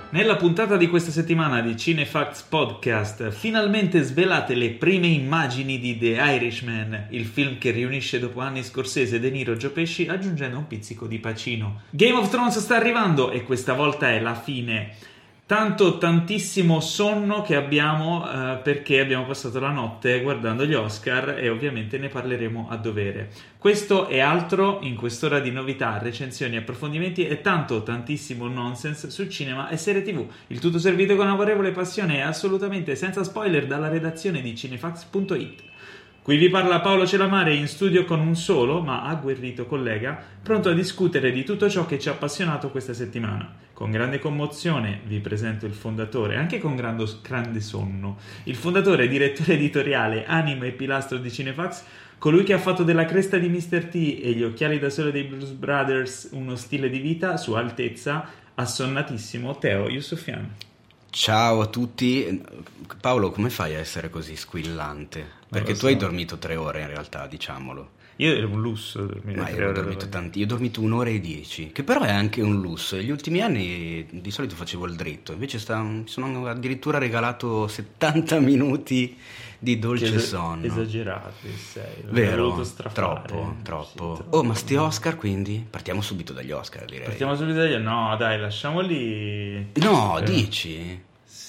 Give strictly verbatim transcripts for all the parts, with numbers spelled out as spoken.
Nella puntata di questa settimana di Cinefacts Podcast, finalmente svelate le prime immagini di The Irishman, il film che riunisce dopo anni Scorsese, De Niro e Joe Pesci, aggiungendo un pizzico di Pacino. Game of Thrones sta arrivando e questa volta è la fine. Tanto, tantissimo sonno che abbiamo eh, perché abbiamo passato la notte guardando gli Oscar e ovviamente ne parleremo a dovere. Questo e altro in quest'ora di novità, recensioni, approfondimenti e tanto, tantissimo nonsense su cinema e serie tv. Il tutto servito con amorevole passione e assolutamente senza spoiler dalla redazione di cinefax punto it. Qui vi parla Paolo Celamare in studio con un solo, ma agguerrito collega, pronto a discutere di tutto ciò che ci ha appassionato questa settimana. Con grande commozione vi presento il fondatore, anche con grande, grande sonno, il fondatore e direttore editoriale, anima e pilastro di Cinefax, colui che ha fatto della cresta di mister T e gli occhiali da sole dei Blues Brothers uno stile di vita, Sua Altezza, assonnatissimo Teo Yusufian. Ciao a tutti. Paolo, come fai a essere così squillante? Perché tu so. hai dormito tre ore in realtà, diciamolo. Io è un lusso dormire Ma tre io ho ore. dormito tanti, io ho dormito un'ora e dieci, che però è anche un lusso. Negli ultimi anni di solito facevo il dritto, invece sta, mi sono addirittura regalato settanta minuti di dolce Es- sonno. Esagerato sei. Vero, troppo, troppo. Sì, oh, ma sti Oscar quindi? Partiamo subito dagli Oscar, direi. Partiamo subito dagli No, dai, lasciamoli. No, eh. dici?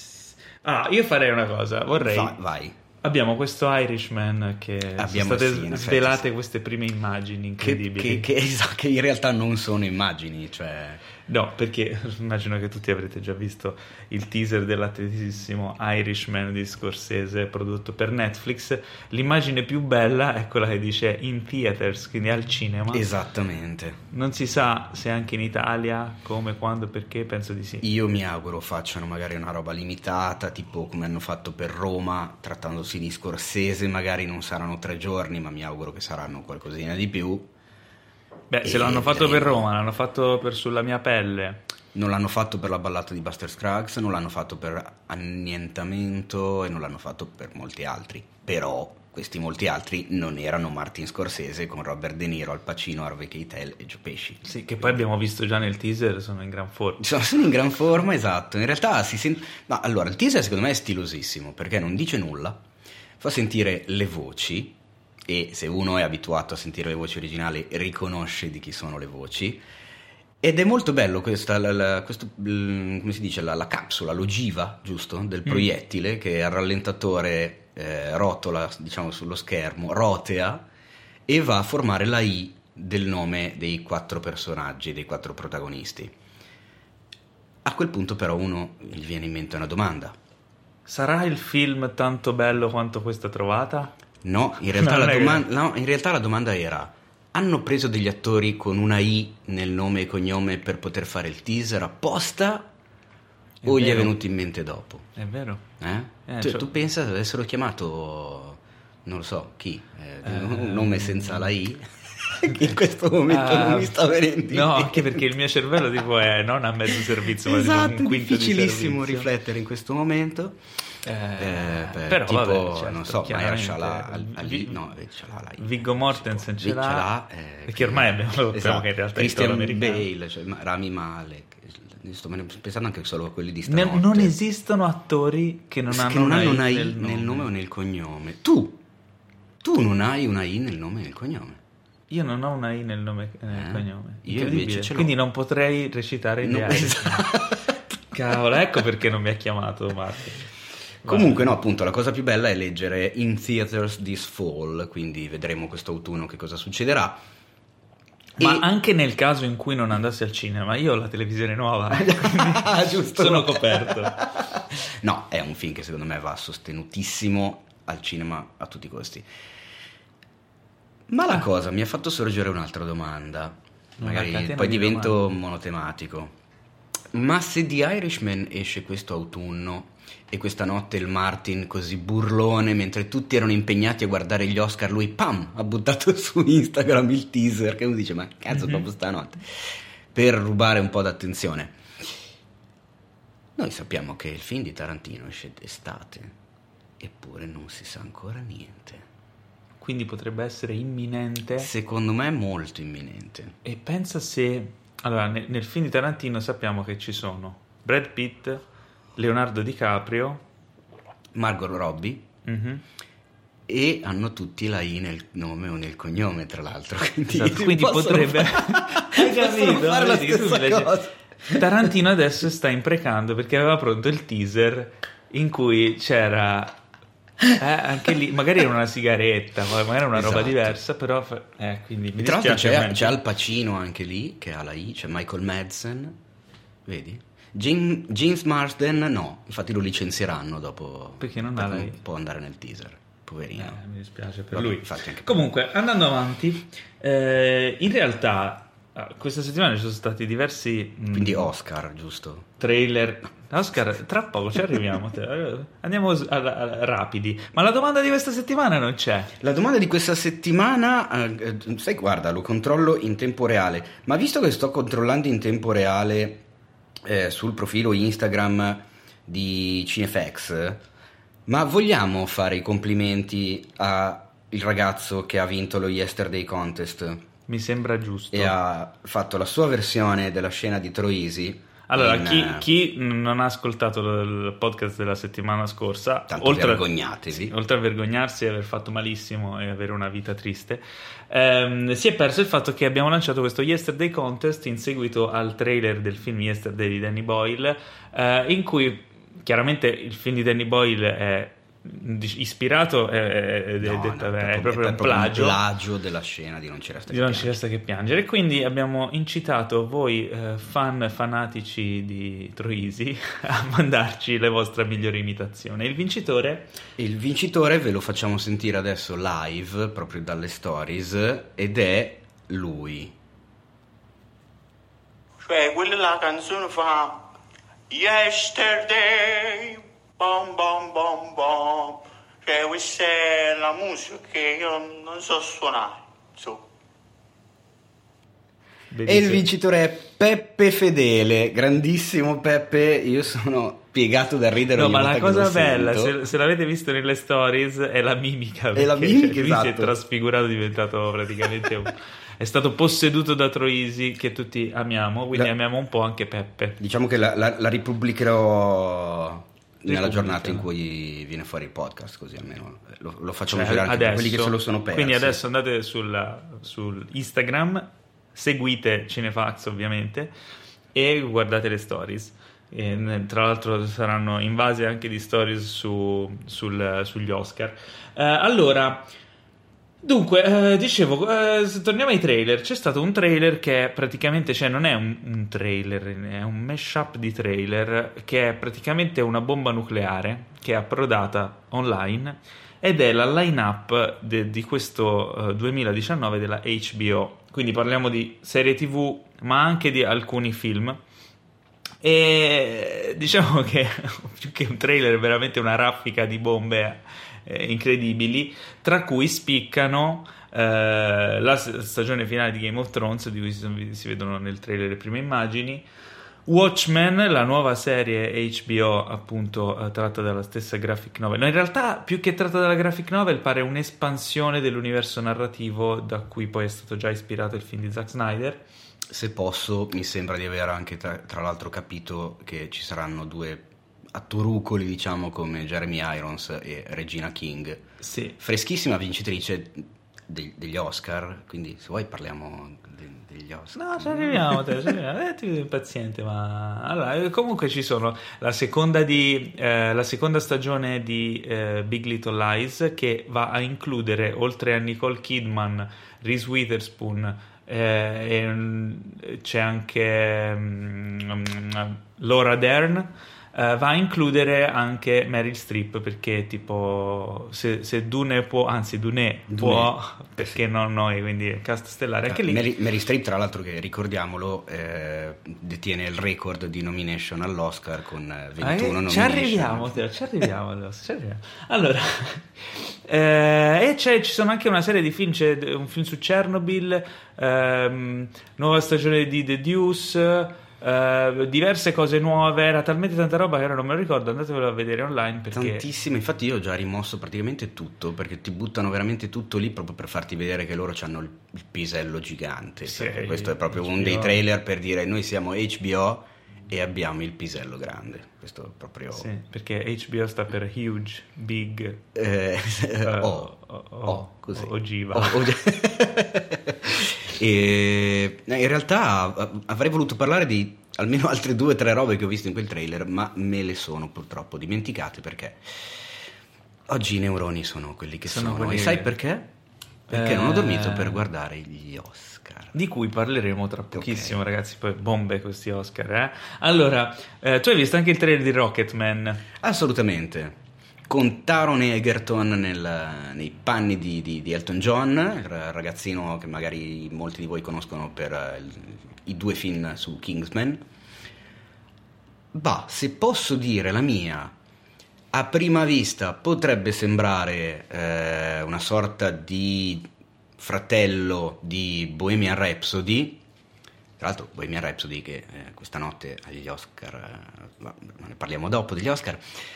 Ah, io farei una cosa, vorrei... Va, vai. Abbiamo questo Irishman che Abbiamo, sono state sì, in svelate effetti, sì. queste prime immagini Che, incredibili. che, che, che in realtà non sono immagini, cioè... No, perché immagino che tutti avrete già visto il teaser dell'attesissimo Irishman di Scorsese prodotto per Netflix. L'immagine più bella è quella che dice in theaters, quindi al cinema. Esattamente. Non si sa se anche in Italia, come, quando, perché, penso di sì. Io mi auguro facciano magari una roba limitata, tipo come hanno fatto per Roma, trattandosi di Scorsese, magari non saranno tre giorni, ma mi auguro che saranno qualcosina di più. Beh, se l'hanno fatto per Roma, l'hanno fatto per Sulla mia pelle. Non l'hanno fatto per la ballata di Buster Scruggs, non l'hanno fatto per Annientamento e non l'hanno fatto per molti altri. Però questi molti altri non erano Martin Scorsese con Robert De Niro, Al Pacino, Harvey Keitel e Joe Pesci. Sì, che poi abbiamo visto già nel teaser, sono in gran forma. Sono in gran forma, esatto. In realtà si sente... No, allora, il teaser secondo me è stilosissimo perché non dice nulla, fa sentire le voci. E se uno è abituato a sentire le voci originali riconosce di chi sono le voci ed è molto bello questa, la, la, questo, come si dice, la, la capsula, l'ogiva, giusto, del proiettile mm. che al rallentatore eh, rotola, diciamo, sullo schermo, rotea e va a formare la I del nome dei quattro personaggi, dei quattro protagonisti. A quel punto però uno gli viene in mente una domanda: sarà il film tanto bello quanto questa trovata? No, in realtà, la domanda, no, in realtà la domanda era: hanno preso degli attori con una I nel nome e cognome per poter fare il teaser apposta è o vero. Gli è venuto in mente dopo? È vero. Eh? Eh, tu, cioè... tu pensa se avessero chiamato, non lo so, chi? Eh, eh, un nome senza la I? Che in questo momento uh, non mi sta venendo. No, anche perché il mio cervello tipo è non a mezzo servizio, esatto, ma tipo un quinto di servizio. È difficilissimo di riflettere in questo momento. Eh, eh, beh, però tipo, vabbè, certo, non so, Mahershala Ali, no, Viggo Mortensen ce l'ha, ce l'ha eh, perché ormai abbiamo, esatto, sappiamo che in realtà Christian Bale, cioè, Rami Malek, sto pensando anche solo a quelli di stanotte. Non esistono attori che non che hanno, non una, hanno I una I nel, nel nome. nome o nel cognome. Tu, tu non hai una I nel nome e nel cognome. Io non ho una I nel nome e nel eh, cognome. Io invece ce l'ho. Quindi non potrei recitare in no, esatto. Cavolo, ecco perché non mi ha chiamato Marco. Comunque no, appunto, la cosa più bella è leggere In Theaters This Fall, quindi vedremo quest'autunno che cosa succederà. Ma e... anche nel caso in cui non andassi al cinema, io ho la televisione nuova, giusto, sono coperto. No, è un film che secondo me va sostenutissimo al cinema a tutti i costi. Ma la ah. cosa mi ha fatto sorgere un'altra domanda, magari poi divento domande. monotematico. Ma se The Irishman esce questo autunno e questa notte il Martin così burlone, mentre tutti erano impegnati a guardare gli Oscar, lui pam ha buttato su Instagram il teaser, che uno dice ma cazzo mm-hmm. proprio stanotte, per rubare un po' d'attenzione. Noi sappiamo che il film di Tarantino esce d'estate, eppure non si sa ancora niente. Quindi potrebbe essere imminente? Secondo me è molto imminente. E pensa se... Allora, nel, nel film di Tarantino sappiamo che ci sono Brad Pitt, Leonardo DiCaprio, Margot Robbie, mm-hmm. e hanno tutti la I nel nome o nel cognome, tra l'altro. Quindi, esatto, quindi potrebbe hai capito? Fare la stessa invece... cosa. Tarantino adesso sta imprecando perché aveva pronto il teaser in cui c'era eh, anche lì, magari era una sigaretta, magari era una esatto. roba diversa, però eh, quindi mi tra l'altro dispiace. c'è, c'è Al Pacino anche lì che ha la I, c'è Michael Madsen, vedi? Jim, James Marsden no, infatti lo licenzieranno dopo perché non, ha la I. non può andare nel teaser, poverino. Eh, mi dispiace per Vabbè, lui. Anche comunque per... andando avanti, eh, in realtà questa settimana ci sono stati diversi quindi Oscar, giusto? Trailer. Oscar, tra poco ci arriviamo. Andiamo a, a, a, rapidi. Ma la domanda di questa settimana non c'è. La domanda di questa settimana, eh, sai, guarda, lo controllo in tempo reale. Ma visto che sto controllando in tempo reale eh, sul profilo Instagram di Cinefax, ma vogliamo fare i complimenti al ragazzo che ha vinto lo Yesterday Contest? Mi sembra giusto. E ha fatto la sua versione della scena di Troisi. Allora, in, chi, chi non ha ascoltato il podcast della settimana scorsa, tanto oltre, vergognatevi. Sì, oltre a vergognarsi e aver fatto malissimo e avere una vita triste, ehm, si è perso il fatto che abbiamo lanciato questo Yesterday Contest in seguito al trailer del film Yesterday di Danny Boyle, eh, in cui chiaramente il film di Danny Boyle è ispirato è, è, no, detto, no, è, è proprio è un proprio plagio. un plagio della scena di Non ci resta, di non ci resta che piangere, quindi abbiamo incitato voi eh, fan fanatici di Troisi a mandarci le vostre migliori imitazioni. Il vincitore il vincitore ve lo facciamo sentire adesso live proprio dalle stories ed è lui, cioè quella la canzone fa Yesterday bom bom bom bom, cioè questa è la musica che io non so suonare, so. E il vincitore è Peppe Fedele, grandissimo Peppe, io sono piegato da ridere. No, ogni ma volta la cosa che lo bella, sento. se, se l'avete visto nelle stories, è la mimica. È la perché, mimica, cioè, lui esatto. si è trasfigurato, è diventato praticamente un... è stato posseduto da Troisi, che tutti amiamo, quindi la... amiamo un po' anche Peppe. Diciamo che la, la, la ripubblicherò nella Repubblica. giornata in cui viene fuori il podcast, così almeno lo, lo facciamo Cioè, girare anche per adesso, quelli che se lo sono persi. quindi adesso andate sulla, sul Instagram, seguite Cinefax ovviamente e guardate le stories. E, tra l'altro saranno invase anche di stories su, sul, sugli Oscar. Eh, allora, dunque, eh, dicevo, eh, se torniamo ai trailer, c'è stato un trailer che praticamente, cioè non è un, un trailer, è un mashup di trailer che è praticamente una bomba nucleare che è approdata online ed è la line-up de, di questo uh, duemiladiciannove della H B O. Quindi parliamo di serie tivù, ma anche di alcuni film. E diciamo che più che un trailer è veramente una raffica di bombe eh, incredibili, tra cui spiccano eh, la stagione finale di Game of Thrones, di cui si, si vedono nel trailer le prime immagini, Watchmen, la nuova serie H B O appunto eh, tratta dalla stessa graphic novel. No, in realtà più che tratta dalla graphic novel pare un'espansione dell'universo narrativo da cui poi è stato già ispirato il film di Zack Snyder. Se posso, mi sembra di aver anche tra, tra l'altro capito che ci saranno due attorucoli, diciamo, come Jeremy Irons e Regina King. Sì. Freschissima vincitrice de- degli Oscar, quindi se vuoi parliamo de- degli Oscar. No, ci arriviamo, te, ci arriviamo. Eh, ti paziente, ma allora, comunque ci sono la seconda, di, eh, la seconda stagione di eh, Big Little Lies, che va a includere, oltre a Nicole Kidman, Reese Witherspoon, Eh, e c'è anche um, Laura Dern, eh, va a includere anche Meryl Streep, perché tipo se, se Dune può, anzi Dune, Dune può, perché sì. Non noi, quindi cast stellare anche lì. Meryl, Meryl Streep, tra l'altro, che ricordiamolo, eh, detiene il record di nomination all'Oscar con ventuno eh, nomination. Ci arriviamo, Teo, ci arriviamo, ci arriviamo. Allora eh, e c'è, ci sono anche una serie di film, c'è un film su Chernobyl, ehm, nuova stagione di The Deuce, Uh, diverse cose nuove, era talmente tanta roba che ora non me lo ricordo, andatevelo a vedere online perché... Tantissime, infatti io ho già rimosso praticamente tutto, perché ti buttano veramente tutto lì proprio per farti vedere che loro hanno il, il pisello gigante. Sì, questo è proprio H B O. Un dei trailer per dire noi siamo H B O e abbiamo il pisello grande. Questo proprio... Sì, perché H B O sta per huge, big, eh, uh, oh, oh, oh, oh, così. ogiva. Oh, oh, e in realtà avrei voluto parlare di almeno altre due o tre robe che ho visto in quel trailer, ma me le sono purtroppo dimenticate perché oggi i neuroni sono quelli che sono. sono. E sai perché? Perché eh... non ho dormito per guardare gli Oscar. Di cui parleremo tra pochissimo, okay. Ragazzi, poi bombe questi Oscar, eh? Allora, eh, tu hai visto anche il trailer di Rocketman? Assolutamente. Con Taron Egerton nel, nei panni di, di, di Elton John, il ragazzino che magari molti di voi conoscono per il, i due film su Kingsman. Bah, se posso dire la mia, a prima vista potrebbe sembrare eh, una sorta di fratello di Bohemian Rhapsody. Tra l'altro Bohemian Rhapsody che eh, questa notte agli Oscar, eh, ma ne parliamo dopo degli Oscar.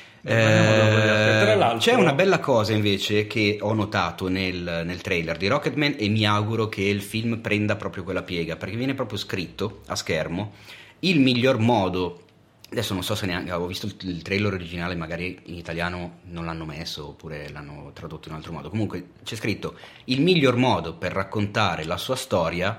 Eh, c'è una bella cosa invece che ho notato nel, nel trailer di Rocketman e mi auguro che il film prenda proprio quella piega, perché viene proprio scritto a schermo il miglior modo. Adesso non so se neanche avevo visto il, il trailer originale, magari in italiano non l'hanno messo oppure l'hanno tradotto in un altro modo. Comunque c'è scritto il miglior modo per raccontare la sua storia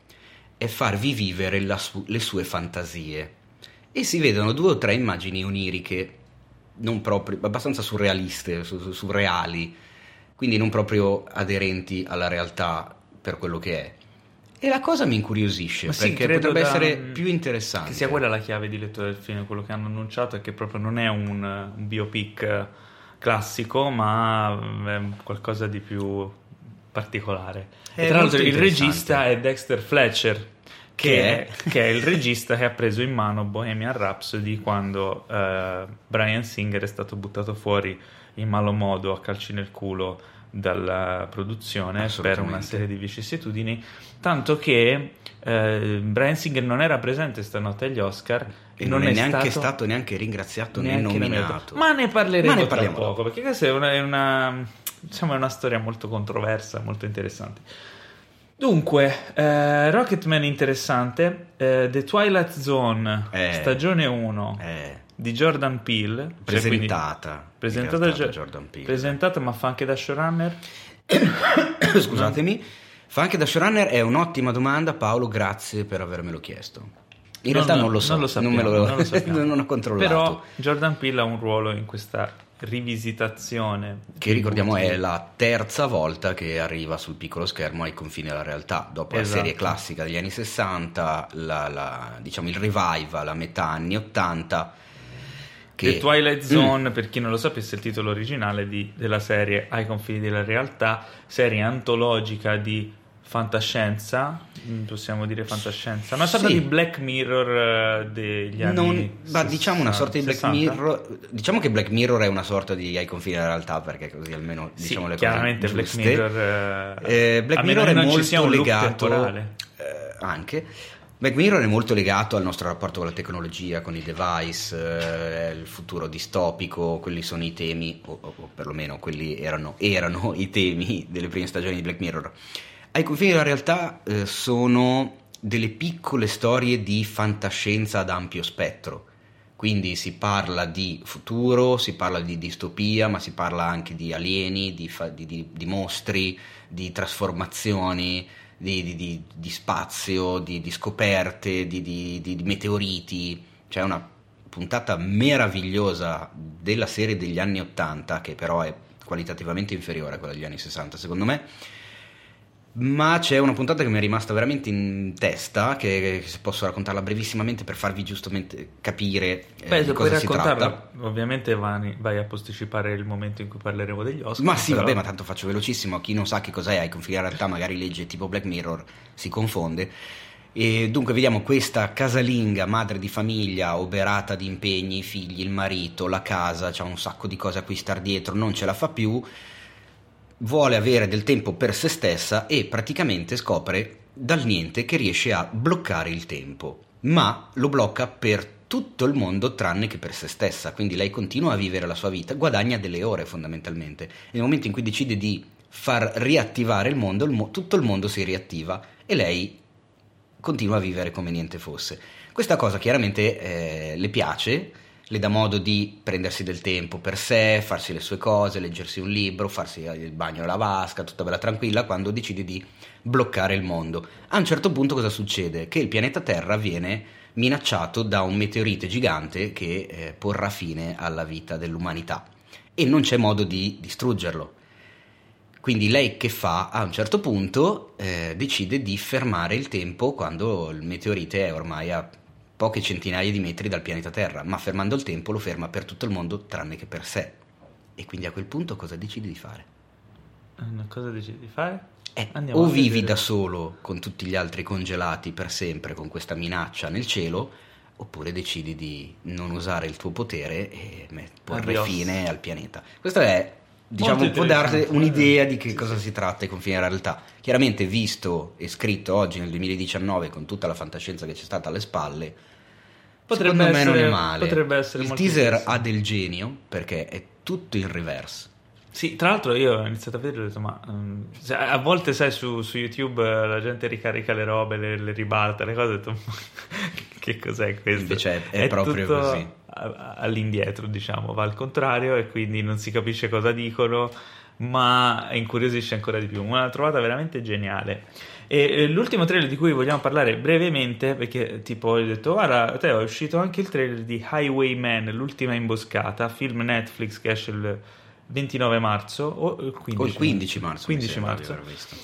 è farvi vivere la su, le sue fantasie, e si vedono due o tre immagini oniriche non proprio, abbastanza surrealiste, surreali, quindi non proprio aderenti alla realtà per quello che è. E la cosa mi incuriosisce, sì, perché potrebbe da, essere più interessante. Che sia quella la chiave di lettura del film, quello che hanno annunciato è che proprio non è un, un biopic classico, ma è qualcosa di più particolare. È e tra l'altro il regista è Dexter Fletcher, che è, che è il regista che ha preso in mano Bohemian Rhapsody quando uh, Bryan Singer è stato buttato fuori in malo modo a calci nel culo dalla produzione per una serie di vicissitudini, tanto che uh, Bryan Singer non era presente stanotte agli Oscar e non, non è neanche stato, stato neanche ringraziato né nominato, ma ne parleremo ma ne tra poco dopo. Perché questa è una, è una diciamo è una storia molto controversa, molto interessante. Dunque, eh, Rocketman interessante, eh, The Twilight Zone, eh, stagione uno, eh, di Jordan Peele. Presentata. Cioè presentata da Jordan Peele. Presentata, ma fa anche da showrunner? Scusatemi, fa anche da showrunner, è un'ottima domanda, Paolo, grazie per avermelo chiesto. In non, realtà non lo so, non, lo sappiamo, non, me lo, non, lo sappiamo. Non ho controllato. Però Jordan Peele ha un ruolo in questa rivisitazione che ricordiamo è la terza volta che arriva sul piccolo schermo ai confini della realtà dopo esatto. la serie classica degli anni sessanta, la, la, diciamo il revival a metà anni ottanta che... The Twilight Zone, mm. per chi non lo sapesse, il titolo originale di, della serie ai confini della realtà, serie antologica di fantascienza, possiamo dire fantascienza, una sorta sì. di Black Mirror degli anni non, ma diciamo una sorta di Black sessanta? Mirror, diciamo che Black Mirror è una sorta di ai confini della realtà, perché così almeno diciamo sì, le chiaramente cose giuste. Black Mirror, eh, Black Mirror è molto legato eh, anche Black Mirror è molto legato al nostro rapporto con la tecnologia, con i device, eh, il futuro distopico, quelli sono i temi, o, o, o perlomeno quelli erano, erano i temi delle prime stagioni di Black Mirror. Ai confini della realtà eh, sono delle piccole storie di fantascienza ad ampio spettro, quindi si parla di futuro, si parla di distopia, ma si parla anche di alieni, di, fa- di, di, di mostri, di trasformazioni, di, di, di, di spazio, di, di scoperte, di, di, di, di meteoriti. C'è una puntata meravigliosa della serie degli anni ottanta, che però è qualitativamente inferiore a quella degli anni sessanta secondo me, ma c'è una puntata che mi è rimasta veramente in testa, che, che se posso raccontarla brevissimamente per farvi giustamente capire eh, Beh, di cosa si tratta. Ovviamente vai, vai a posticipare il momento in cui parleremo degli Oscar. Ma sì, però... vabbè, ma tanto faccio velocissimo. Chi non sa che cos'è ai confini della realtà magari legge tipo Black Mirror, si confonde. E dunque vediamo questa casalinga, madre di famiglia, oberata di impegni, i figli, il marito, la casa, c'ha un sacco di cose a cui star dietro, non ce la fa più, vuole avere del tempo per se stessa e praticamente scopre dal niente che riesce a bloccare il tempo, ma lo blocca per tutto il mondo tranne che per se stessa, quindi lei continua a vivere la sua vita, guadagna delle ore fondamentalmente, e nel momento in cui decide di far riattivare il mondo, il mo- tutto il mondo si riattiva e lei continua a vivere come niente fosse. Questa cosa chiaramente eh, le piace, le dà modo di prendersi del tempo per sé, farsi le sue cose, leggersi un libro, farsi il bagno alla vasca, tutta bella tranquilla, quando decide di bloccare il mondo. A un certo punto cosa succede? Che il pianeta Terra viene minacciato da un meteorite gigante che eh, porrà fine alla vita dell'umanità e non c'è modo di distruggerlo. Quindi lei che fa? A un certo punto eh, decide di fermare il tempo quando il meteorite è ormai a poche centinaia di metri dal pianeta Terra, ma fermando il tempo lo ferma per tutto il mondo tranne che per sé. E quindi a quel punto cosa decidi di fare? Cosa decidi di fare? Eh, o vivi da solo con tutti gli altri congelati per sempre con questa minaccia nel cielo, oppure decidi di non usare il tuo potere e porre Adios. fine al pianeta. Questo è, diciamo, un po' dare un'idea di che cosa si tratta e confine la realtà. Chiaramente visto e scritto oggi nel duemiladiciannove con tutta la fantascienza che c'è stata alle spalle, potrebbe secondo essere, me non è male. Potrebbe essere il teaser ha del genio perché è tutto in reverse. Sì, tra l'altro io ho iniziato a vedere e ho detto, ma um, a volte sai su, su YouTube la gente ricarica le robe, le, le ribalta, le cose, ho detto, che cos'è questo? Invece è, è, è proprio tutto così. All'indietro, diciamo, va al contrario e quindi non si capisce cosa dicono, ma incuriosisce ancora di più. Una trovata veramente geniale. E l'ultimo trailer di cui vogliamo parlare brevemente, perché tipo ho detto, guarda, te è uscito anche il trailer di Highwayman, l'ultima imboscata, film Netflix che esce il ventinove marzo o il quindici, o il quindici marzo, quindici marzo.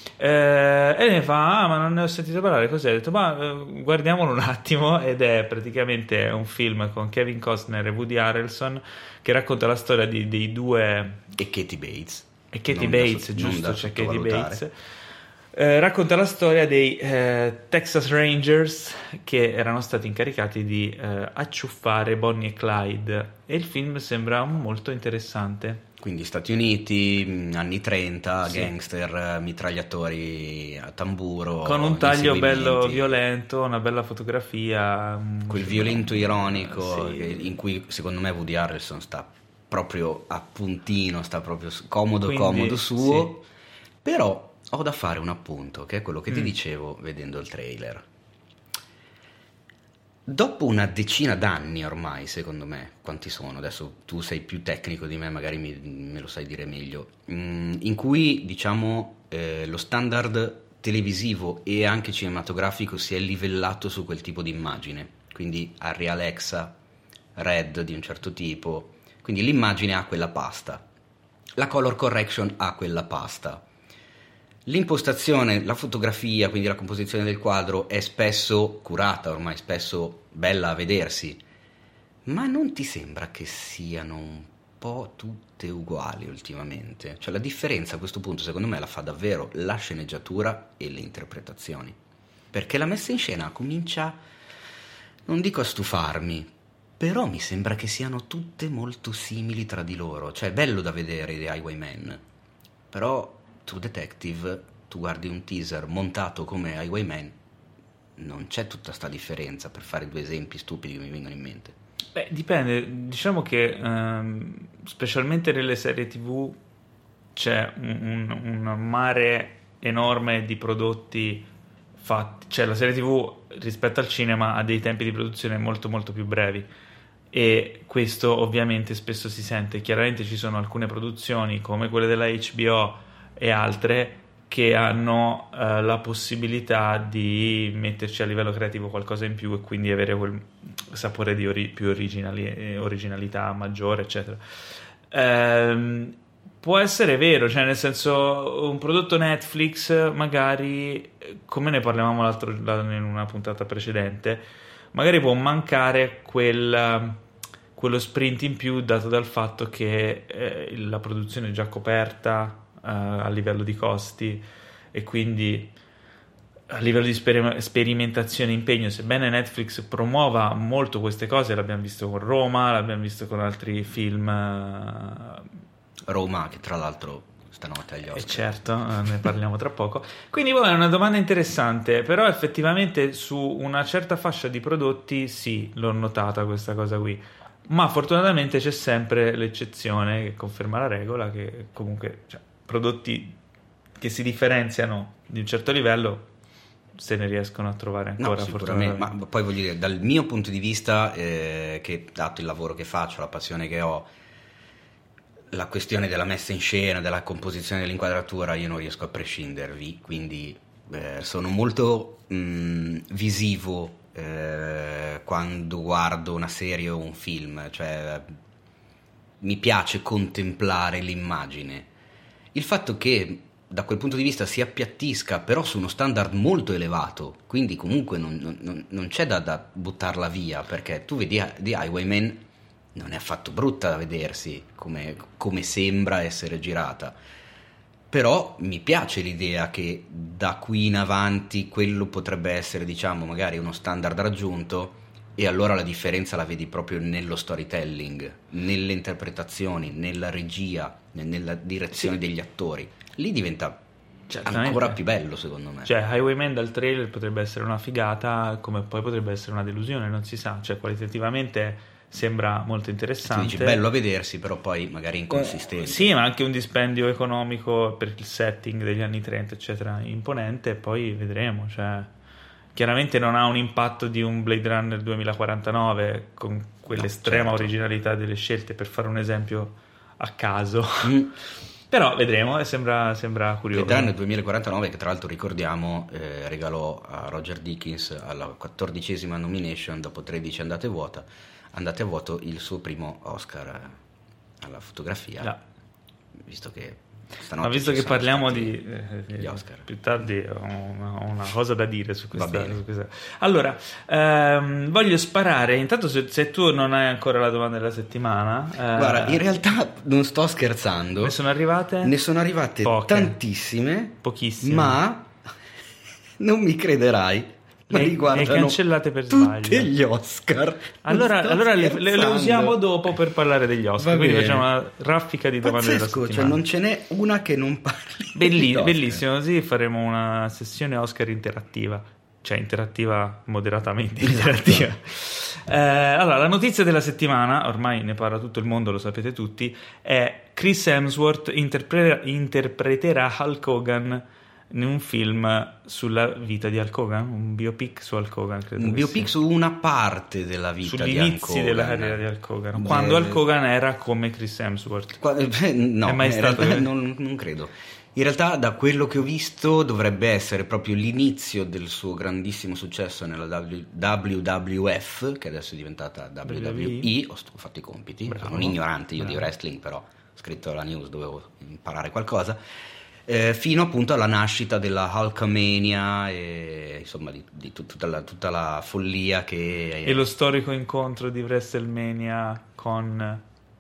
Eh, e ne fa, ah, ma non ne ho sentito parlare, cos'è? Ho detto, ma eh, guardiamolo un attimo, ed è praticamente un film con Kevin Costner e Woody Harrelson che racconta la storia di, dei due e Katie Bates e Katie non Bates, da, giusto, c'è Katie Bates. Eh, racconta la storia dei eh, Texas Rangers che erano stati incaricati di eh, acciuffare Bonnie e Clyde, e il film sembra molto interessante. Quindi Stati Uniti, anni trenta, sì. Gangster, mitragliatori a tamburo, con un taglio bello violento, una bella fotografia, quel violento ironico sì. che, in cui secondo me Woody Harrelson sta proprio a puntino, sta proprio comodo Quindi, comodo suo, sì. Però ho da fare un appunto, che è quello che mm. ti dicevo vedendo il trailer. Dopo una decina d'anni ormai, secondo me, quanti sono? Adesso tu sei più tecnico di me, magari mi, me lo sai dire meglio, mm, in cui, diciamo, eh, lo standard televisivo e anche cinematografico si è livellato su quel tipo di immagine, quindi Arri Alexa, Red di un certo tipo, quindi l'immagine ha quella pasta, la color correction ha quella pasta. L'impostazione, la fotografia, quindi la composizione del quadro è spesso curata, ormai spesso bella a vedersi, ma non ti sembra che siano un po' tutte uguali ultimamente? Cioè la differenza a questo punto secondo me la fa davvero la sceneggiatura e le interpretazioni, perché la messa in scena comincia, non dico a stufarmi, però mi sembra che siano tutte molto simili tra di loro. Cioè è bello da vedere The Highwayman, però True Detective, tu guardi un teaser montato come Highwayman, non c'è tutta sta differenza, per fare due esempi stupidi che mi vengono in mente. Beh, dipende, diciamo che um, specialmente nelle serie tv c'è un, un, un mare enorme di prodotti fatti, cioè la serie tv rispetto al cinema ha dei tempi di produzione molto molto più brevi, e questo ovviamente spesso si sente. Chiaramente ci sono alcune produzioni come quelle della H B O e altre che hanno uh, la possibilità di metterci a livello creativo qualcosa in più e quindi avere quel sapore di ori- più originali- eh, originalità maggiore, eccetera. Ehm, può essere vero, cioè nel senso, un prodotto Netflix magari, come ne parlavamo l'altro in una puntata precedente, magari può mancare quel, quello sprint in più dato dal fatto che eh, la produzione è già coperta Uh, a livello di costi, e quindi a livello di sper- sperimentazione e impegno, sebbene Netflix promuova molto queste cose, l'abbiamo visto con Roma, l'abbiamo visto con altri film, uh... Roma che tra l'altro stanotte agli Oscar, eh certo, ne parliamo tra poco. Quindi boh, è una domanda interessante, però effettivamente su una certa fascia di prodotti sì, l'ho notata questa cosa qui, ma fortunatamente c'è sempre l'eccezione che conferma la regola, che comunque, cioè, prodotti che si differenziano di un certo livello se ne riescono a trovare ancora. No, sicuramente, ma poi voglio dire, dal mio punto di vista, eh, che dato il lavoro che faccio, la passione che ho, la questione della messa in scena, della composizione dell'inquadratura, io non riesco a prescindervi, quindi eh, sono molto mh, visivo eh, quando guardo una serie o un film, cioè mi piace contemplare l'immagine. Il fatto che da quel punto di vista si appiattisca però su uno standard molto elevato, quindi comunque non, non, non c'è da, da buttarla via, perché tu vedi The Highwayman, non è affatto brutta da vedersi come, come sembra essere girata, però mi piace l'idea che da qui in avanti quello potrebbe essere, diciamo, magari uno standard raggiunto, e allora la differenza la vedi proprio nello storytelling, nelle interpretazioni, nella regia, nella direzione sì. degli attori. Lì diventa ancora più bello, secondo me. Cioè Highwayman dal trailer potrebbe essere una figata, come poi potrebbe essere una delusione, non si sa, cioè qualitativamente sembra molto interessante. Tu dici bello a vedersi, però poi magari inconsistente. Eh, sì, ma anche un dispendio economico per il setting degli anni trenta, eccetera, imponente, poi vedremo, cioè chiaramente non ha un impatto di un Blade Runner duemilaquarantanove con quell'estrema no, certo. originalità delle scelte, per fare un esempio a caso. Mm. Però vedremo, e sembra, sembra curioso. Blade Runner duemilaquarantanove, che tra l'altro ricordiamo eh, regalò a Roger Deakins alla quattordicesima nomination dopo tredici andate vuota andate a vuoto il suo primo Oscar alla fotografia. No. Visto che Ma visto che parliamo di, eh, di Oscar, più tardi ho una, ho una cosa da dire su questa, su questa. Allora ehm, voglio sparare intanto, se, se tu non hai ancora la domanda della settimana, eh, guarda, in realtà non sto scherzando, ne sono arrivate ne sono arrivate poche. Tantissime, pochissime, ma non mi crederai, ma le, riguardano le cancellate per tutti sbaglio gli Oscar. allora, allora le, le, le usiamo dopo per parlare degli Oscar. Quindi facciamo una raffica di domande della settimana. Cioè non ce n'è una che non parli. Belli, bellissimo, così faremo una sessione Oscar interattiva, cioè interattiva moderatamente interattiva. eh, allora, la notizia della settimana, ormai ne parla tutto il mondo, lo sapete tutti, è Chris Hemsworth interpre- interpreterà Hulk Hogan in un film sulla vita di Hulk Hogan, un biopic su Hulk Hogan, credo. Un biopic su una parte della vita di Hulk Hogan. Sugli inizi della carriera di Hulk Hogan, quando Hulk Hogan era come Chris Hemsworth. Qua, eh, no, è mai stato realtà, non, non credo. In realtà, da quello che ho visto, dovrebbe essere proprio l'inizio del suo grandissimo successo nella W W F, che adesso è diventata W W E. Ho fatto i compiti, Bravo. sono un ignorante io Bravo. di wrestling, però ho scritto la news, dovevo imparare qualcosa. Eh, fino appunto alla nascita della Hulkamania e insomma di, di tut- tutta, la, tutta la follia che... E lo storico incontro di WrestleMania con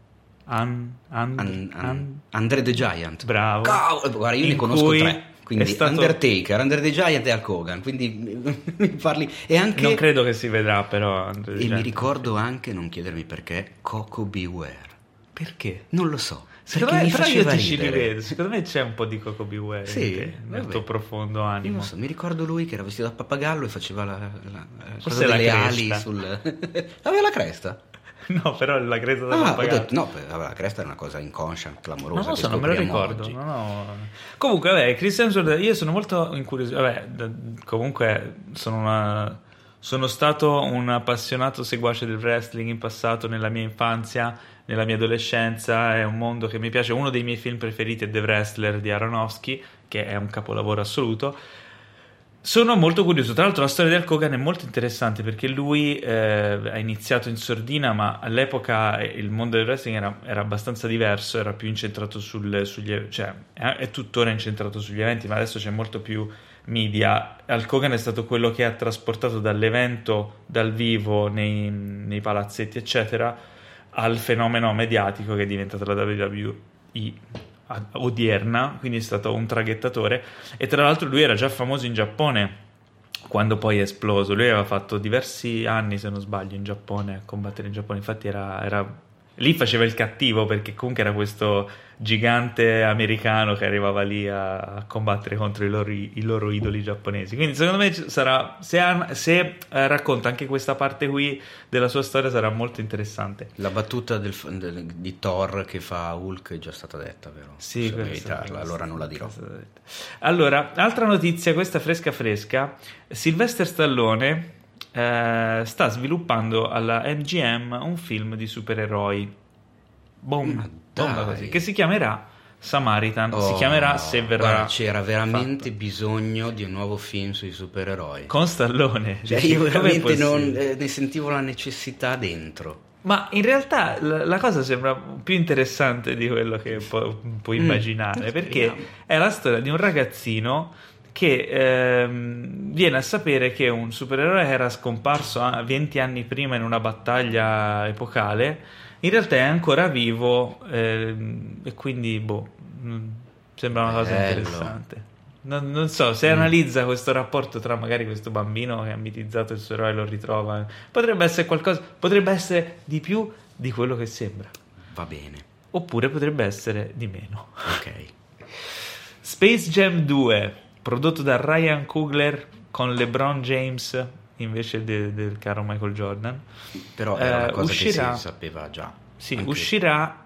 An, An, An, An, An, Andre the Giant. Bravo. Cavolo, guarda, io ne conosco tre. Quindi stato... Undertaker, Andre the Giant e Hulk Hogan. Quindi mi parli. E anche... Non credo che si vedrà, però. Andre e mi ricordo anche, non chiedermi perché, Coco Beware. Perché? Non lo so. Secondo perché me, mi però faceva io ti ridere. ci rivedo. Secondo me c'è un po' di Coco Beware sì, nel vabbè. tuo profondo animo. Io so, mi ricordo lui che era vestito da pappagallo e faceva la, la, la cosa delle la ali sul... aveva la cresta. No, però la cresta da ah, pappagallo. Detto, no, la cresta era una cosa inconscia, clamorosa. Non lo so, non me lo ricordo. No, no. Comunque, vabbè, Chris Hemsworth, io sono molto incuriosito. Vabbè, comunque sono una... sono stato un appassionato seguace del wrestling in passato, nella mia infanzia, nella mia adolescenza. È un mondo che mi piace. Uno dei miei film preferiti è The Wrestler di Aronofsky, che è un capolavoro assoluto. Sono molto curioso. Tra l'altro la storia di Hulk Hogan è molto interessante, perché lui eh, ha iniziato in sordina, ma all'epoca il mondo del wrestling era, era abbastanza diverso, era più incentrato sul, sugli, cioè è, è tuttora incentrato sugli eventi, ma adesso c'è molto più media. Hulk Hogan è stato quello che ha trasportato dall'evento dal vivo nei, nei palazzetti eccetera al fenomeno mediatico che è diventata la W W E odierna, quindi è stato un traghettatore. E tra l'altro lui era già famoso in Giappone quando poi è esploso. Lui aveva fatto diversi anni, se non sbaglio, in Giappone, a combattere in Giappone. Infatti era, era lì faceva il cattivo, perché comunque era questo gigante americano che arrivava lì a, a combattere contro i loro, i loro idoli giapponesi. Quindi secondo me sarà, se, ha, se eh, racconta anche questa parte qui della sua storia, sarà molto interessante. La battuta del, del, di Thor che fa Hulk è già stata detta, vero? Sì, per evitarla, allora non la dirò. Allora, altra notizia, questa fresca fresca, Sylvester Stallone eh, sta sviluppando alla M G M un film di supereroi. Boom, bomba così, che si chiamerà Samaritan. Oh, si chiamerà se verrà. Guarda, c'era veramente fatto. bisogno di un nuovo film sui supereroi Con Stallone. Cioè, io veramente non eh, ne sentivo la necessità dentro. Ma in realtà la, la cosa sembra più interessante di quello che pu- puoi mm. immaginare, perché Speriamo. è la storia di un ragazzino che ehm, viene a sapere che un supereroe era scomparso venti anni prima in una battaglia epocale in realtà è ancora vivo, ehm, e quindi boh, sembra una cosa Bello. interessante. Non, non so, se mm. analizza questo rapporto tra magari questo bambino che ha mitizzato il suo eroe e lo ritrova, potrebbe essere qualcosa, potrebbe essere di più di quello che sembra. Va bene. Oppure potrebbe essere di meno. Ok. Space Jam due, prodotto da Ryan Coogler con LeBron James invece de, del caro Michael Jordan. Però era una eh, cosa uscirà, che si sapeva già. Sì, anche... uscirà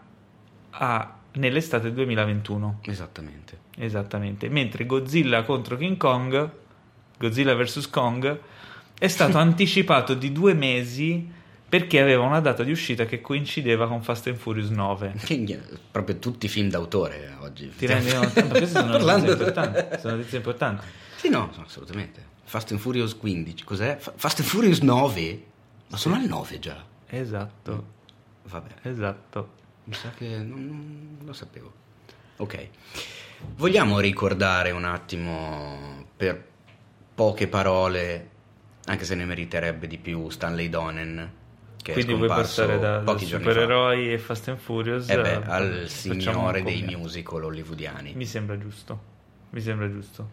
a, nell'estate duemilaventuno. Esattamente. Esattamente. Mentre Godzilla contro King Kong, Godzilla versus Kong, è stato anticipato di due mesi perché aveva una data di uscita che coincideva con Fast and Furious nove. Proprio tutti i film d'autore oggi. Ti rendi conto? Queste sono notizie importanti. Sono notizie importanti. Sì, no, assolutamente. Fast and Furious quindici, cos'è? Fast and Furious nove? Ma sono al nove già. Esatto. Mm. Vabbè. Esatto. Mi sa che non, non lo sapevo. Ok. Vogliamo ricordare un attimo, per poche parole, anche se ne meriterebbe di più, Stanley Donen, che quindi è vuoi passare da, da supereroi e Fast and Furious eh beh, al signore dei commento. musical hollywoodiani. Mi sembra giusto. Mi sembra giusto.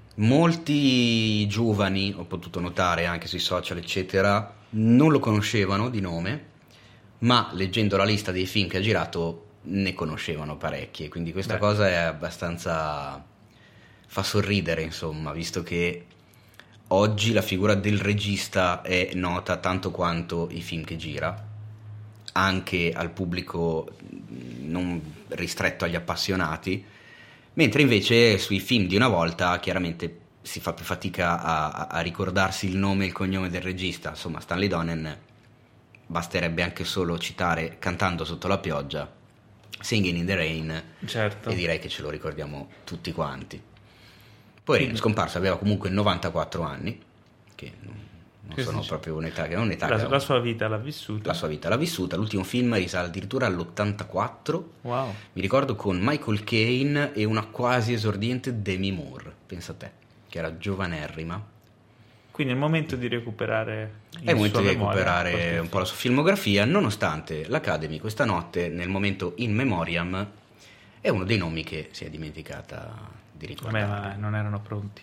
Molti giovani, ho potuto notare anche sui social eccetera, non lo conoscevano di nome, ma leggendo la lista dei film che ha girato ne conoscevano parecchi, quindi questa Beh. cosa è abbastanza, fa sorridere, insomma, visto che oggi la figura del regista è nota tanto quanto i film che gira, anche al pubblico non ristretto agli appassionati, mentre invece sui film di una volta chiaramente si fa più fatica a, a ricordarsi il nome e il cognome del regista. Insomma, Stanley Donen basterebbe anche solo citare Cantando sotto la pioggia, Singing in the Rain, certo. E direi che ce lo ricordiamo tutti quanti. Poi Quindi. è scomparso, aveva comunque novantaquattro anni, che non, non Che sono si proprio un'età che non un'età la, che la sua vita l'ha vissuta. La sua vita l'ha vissuta, l'ultimo film risale addirittura all'ottantaquattro. Wow. Mi ricordo con Michael Caine e una quasi esordiente Demi Moore, pensa a te, che era giovanerrima. Quindi è il momento di recuperare È il momento di memoria, recuperare un po' la sua filmografia, nonostante l'Academy questa notte, nel momento in memoriam, è uno dei nomi che si è dimenticata di ricordare. Beh, non erano pronti.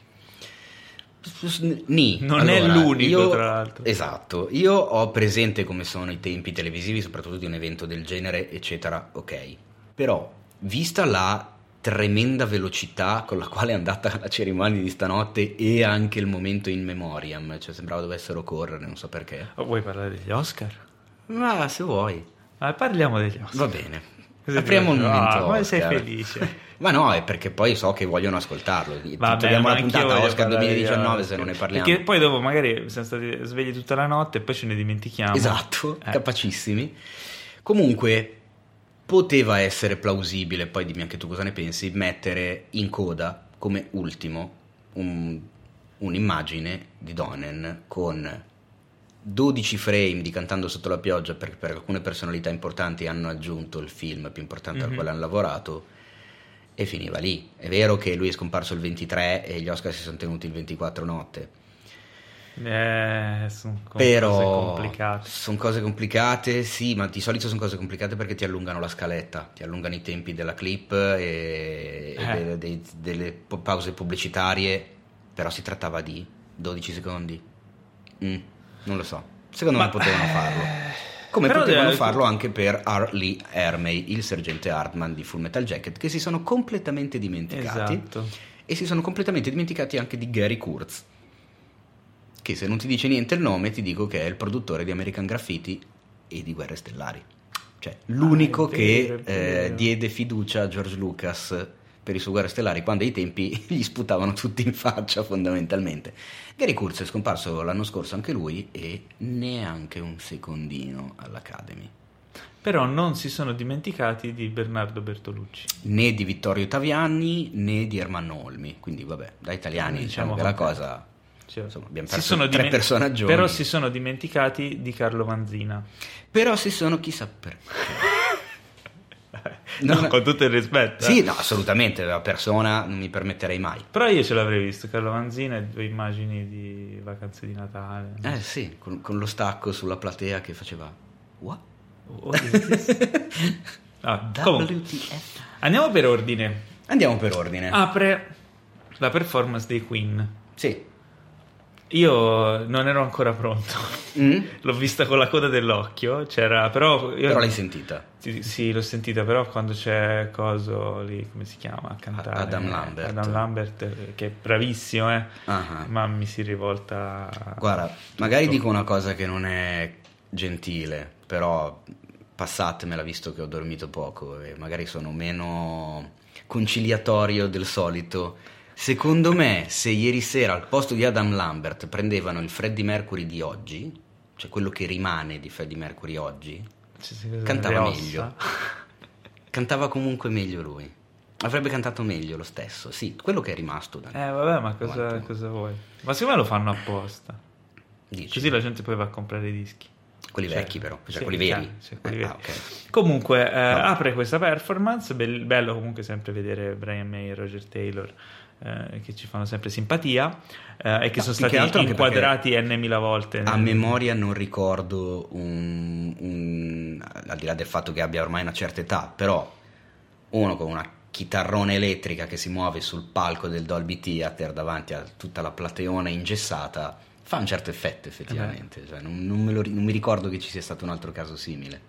Ni. Non allora, è l'unico, io, tra l'altro. Esatto, io ho presente come sono i tempi televisivi, soprattutto di un evento del genere, eccetera, ok. Però, vista la tremenda velocità con la quale è andata la cerimonia di stanotte e anche il momento in memoriam, cioè sembrava dovessero correre, non so perché. Oh, vuoi parlare degli Oscar? Ma se vuoi. Ah, parliamo degli Oscar. Va bene. Così Apriamo un momento ah, come sei Oscar. Felice. Ma no, è perché poi so che vogliono ascoltarlo. Vabbè, Togliamo la anch'io puntata voglio Oscar parlare di duemiladiciannove Oscar. se non ne parliamo. Perché poi dopo magari siamo stati svegli tutta la notte e poi ce ne dimentichiamo. Esatto, eh. capacissimi. Comunque poteva essere plausibile, poi dimmi anche tu cosa ne pensi, mettere in coda come ultimo un, un'immagine di Donen con dodici frame di Cantando sotto la pioggia, perché per alcune personalità importanti hanno aggiunto il film più importante mm-hmm. al quale hanno lavorato, e finiva lì. È vero che lui è scomparso il ventitré e gli Oscar si sono tenuti il ventiquattro notte, eh, sono però cose complicate. Sono cose complicate, sì, ma di solito sono cose complicate perché ti allungano la scaletta, ti allungano i tempi della clip e, eh. e delle, dei, delle pause pubblicitarie, però si trattava di dodici secondi. Mm, non lo so, secondo ma, me potevano farlo. come Però potevano deve... farlo anche per R. Lee Ermey, il sergente Hartman di Full Metal Jacket, che si sono completamente dimenticati. Esatto. E si sono completamente dimenticati anche di Gary Kurtz, che se non ti dice niente il nome ti dico che è il produttore di American Graffiti e di Guerre Stellari, cioè l'unico ah, vero, che eh, diede fiducia a George Lucas per i suoi Guerre Stellari quando ai tempi gli sputavano tutti in faccia fondamentalmente. Gary Kurtz è scomparso l'anno scorso anche lui e neanche un secondino all'Academy. Però non si sono dimenticati di Bernardo Bertolucci, né di Vittorio Taviani né di Ermanno Olmi, quindi vabbè, da italiani eh, diciamo che la cosa, cioè, insomma, abbiamo perso si sono tre diment- personaggioni. Però si sono dimenticati di Carlo Vanzina, però si sono chissà perché. No, con tutto il rispetto. Sì, eh. no, assolutamente, la persona non mi permetterei mai. Però io ce l'avrei visto, Carlo Vanzina e due immagini di Vacanze di Natale. Eh sì, con, con lo stacco sulla platea che faceva what? Oh, ah, comunque, andiamo per ordine. Andiamo per ordine. Apre la performance dei Queen. Sì. Io non ero ancora pronto. Mm? L'ho vista con la coda dell'occhio. C'era, però, io, però l'hai sentita? Sì, sì, l'ho sentita, però quando c'è coso lì, come si chiama? A cantare Adam Lambert. Adam Lambert, che è bravissimo, eh. Uh-huh. Ma mi si rivolta. Guarda, magari dico una cosa che non è gentile, però passatemela visto che ho dormito poco e magari sono meno conciliatorio del solito. Secondo me, se ieri sera al posto di Adam Lambert prendevano il Freddie Mercury di oggi, cioè quello che rimane di Freddie Mercury oggi, cioè, cantava meglio. Cantava comunque meglio lui. Avrebbe cantato meglio lo stesso, sì, quello che è rimasto. Da eh vabbè, ma cosa, cosa vuoi? Ma secondo me lo fanno apposta. Dici? Così la gente poi va a comprare i dischi. Quelli cioè, vecchi però, cioè sì, quelli veri. Cioè, quelli eh, veri. Ah, okay. Comunque eh, no. apre questa performance, be- bello comunque sempre vedere Brian May e Roger Taylor eh, che ci fanno sempre simpatia eh, e che no, sono stati inquadrati n mila volte. A nel... memoria non ricordo un, un al di là del fatto che abbia ormai una certa età, però uno con una chitarrona elettrica che si muove sul palco del Dolby Theater davanti a tutta la plateona ingessata fa un certo effetto effettivamente, cioè, non, non, me lo, non mi ricordo che ci sia stato un altro caso simile.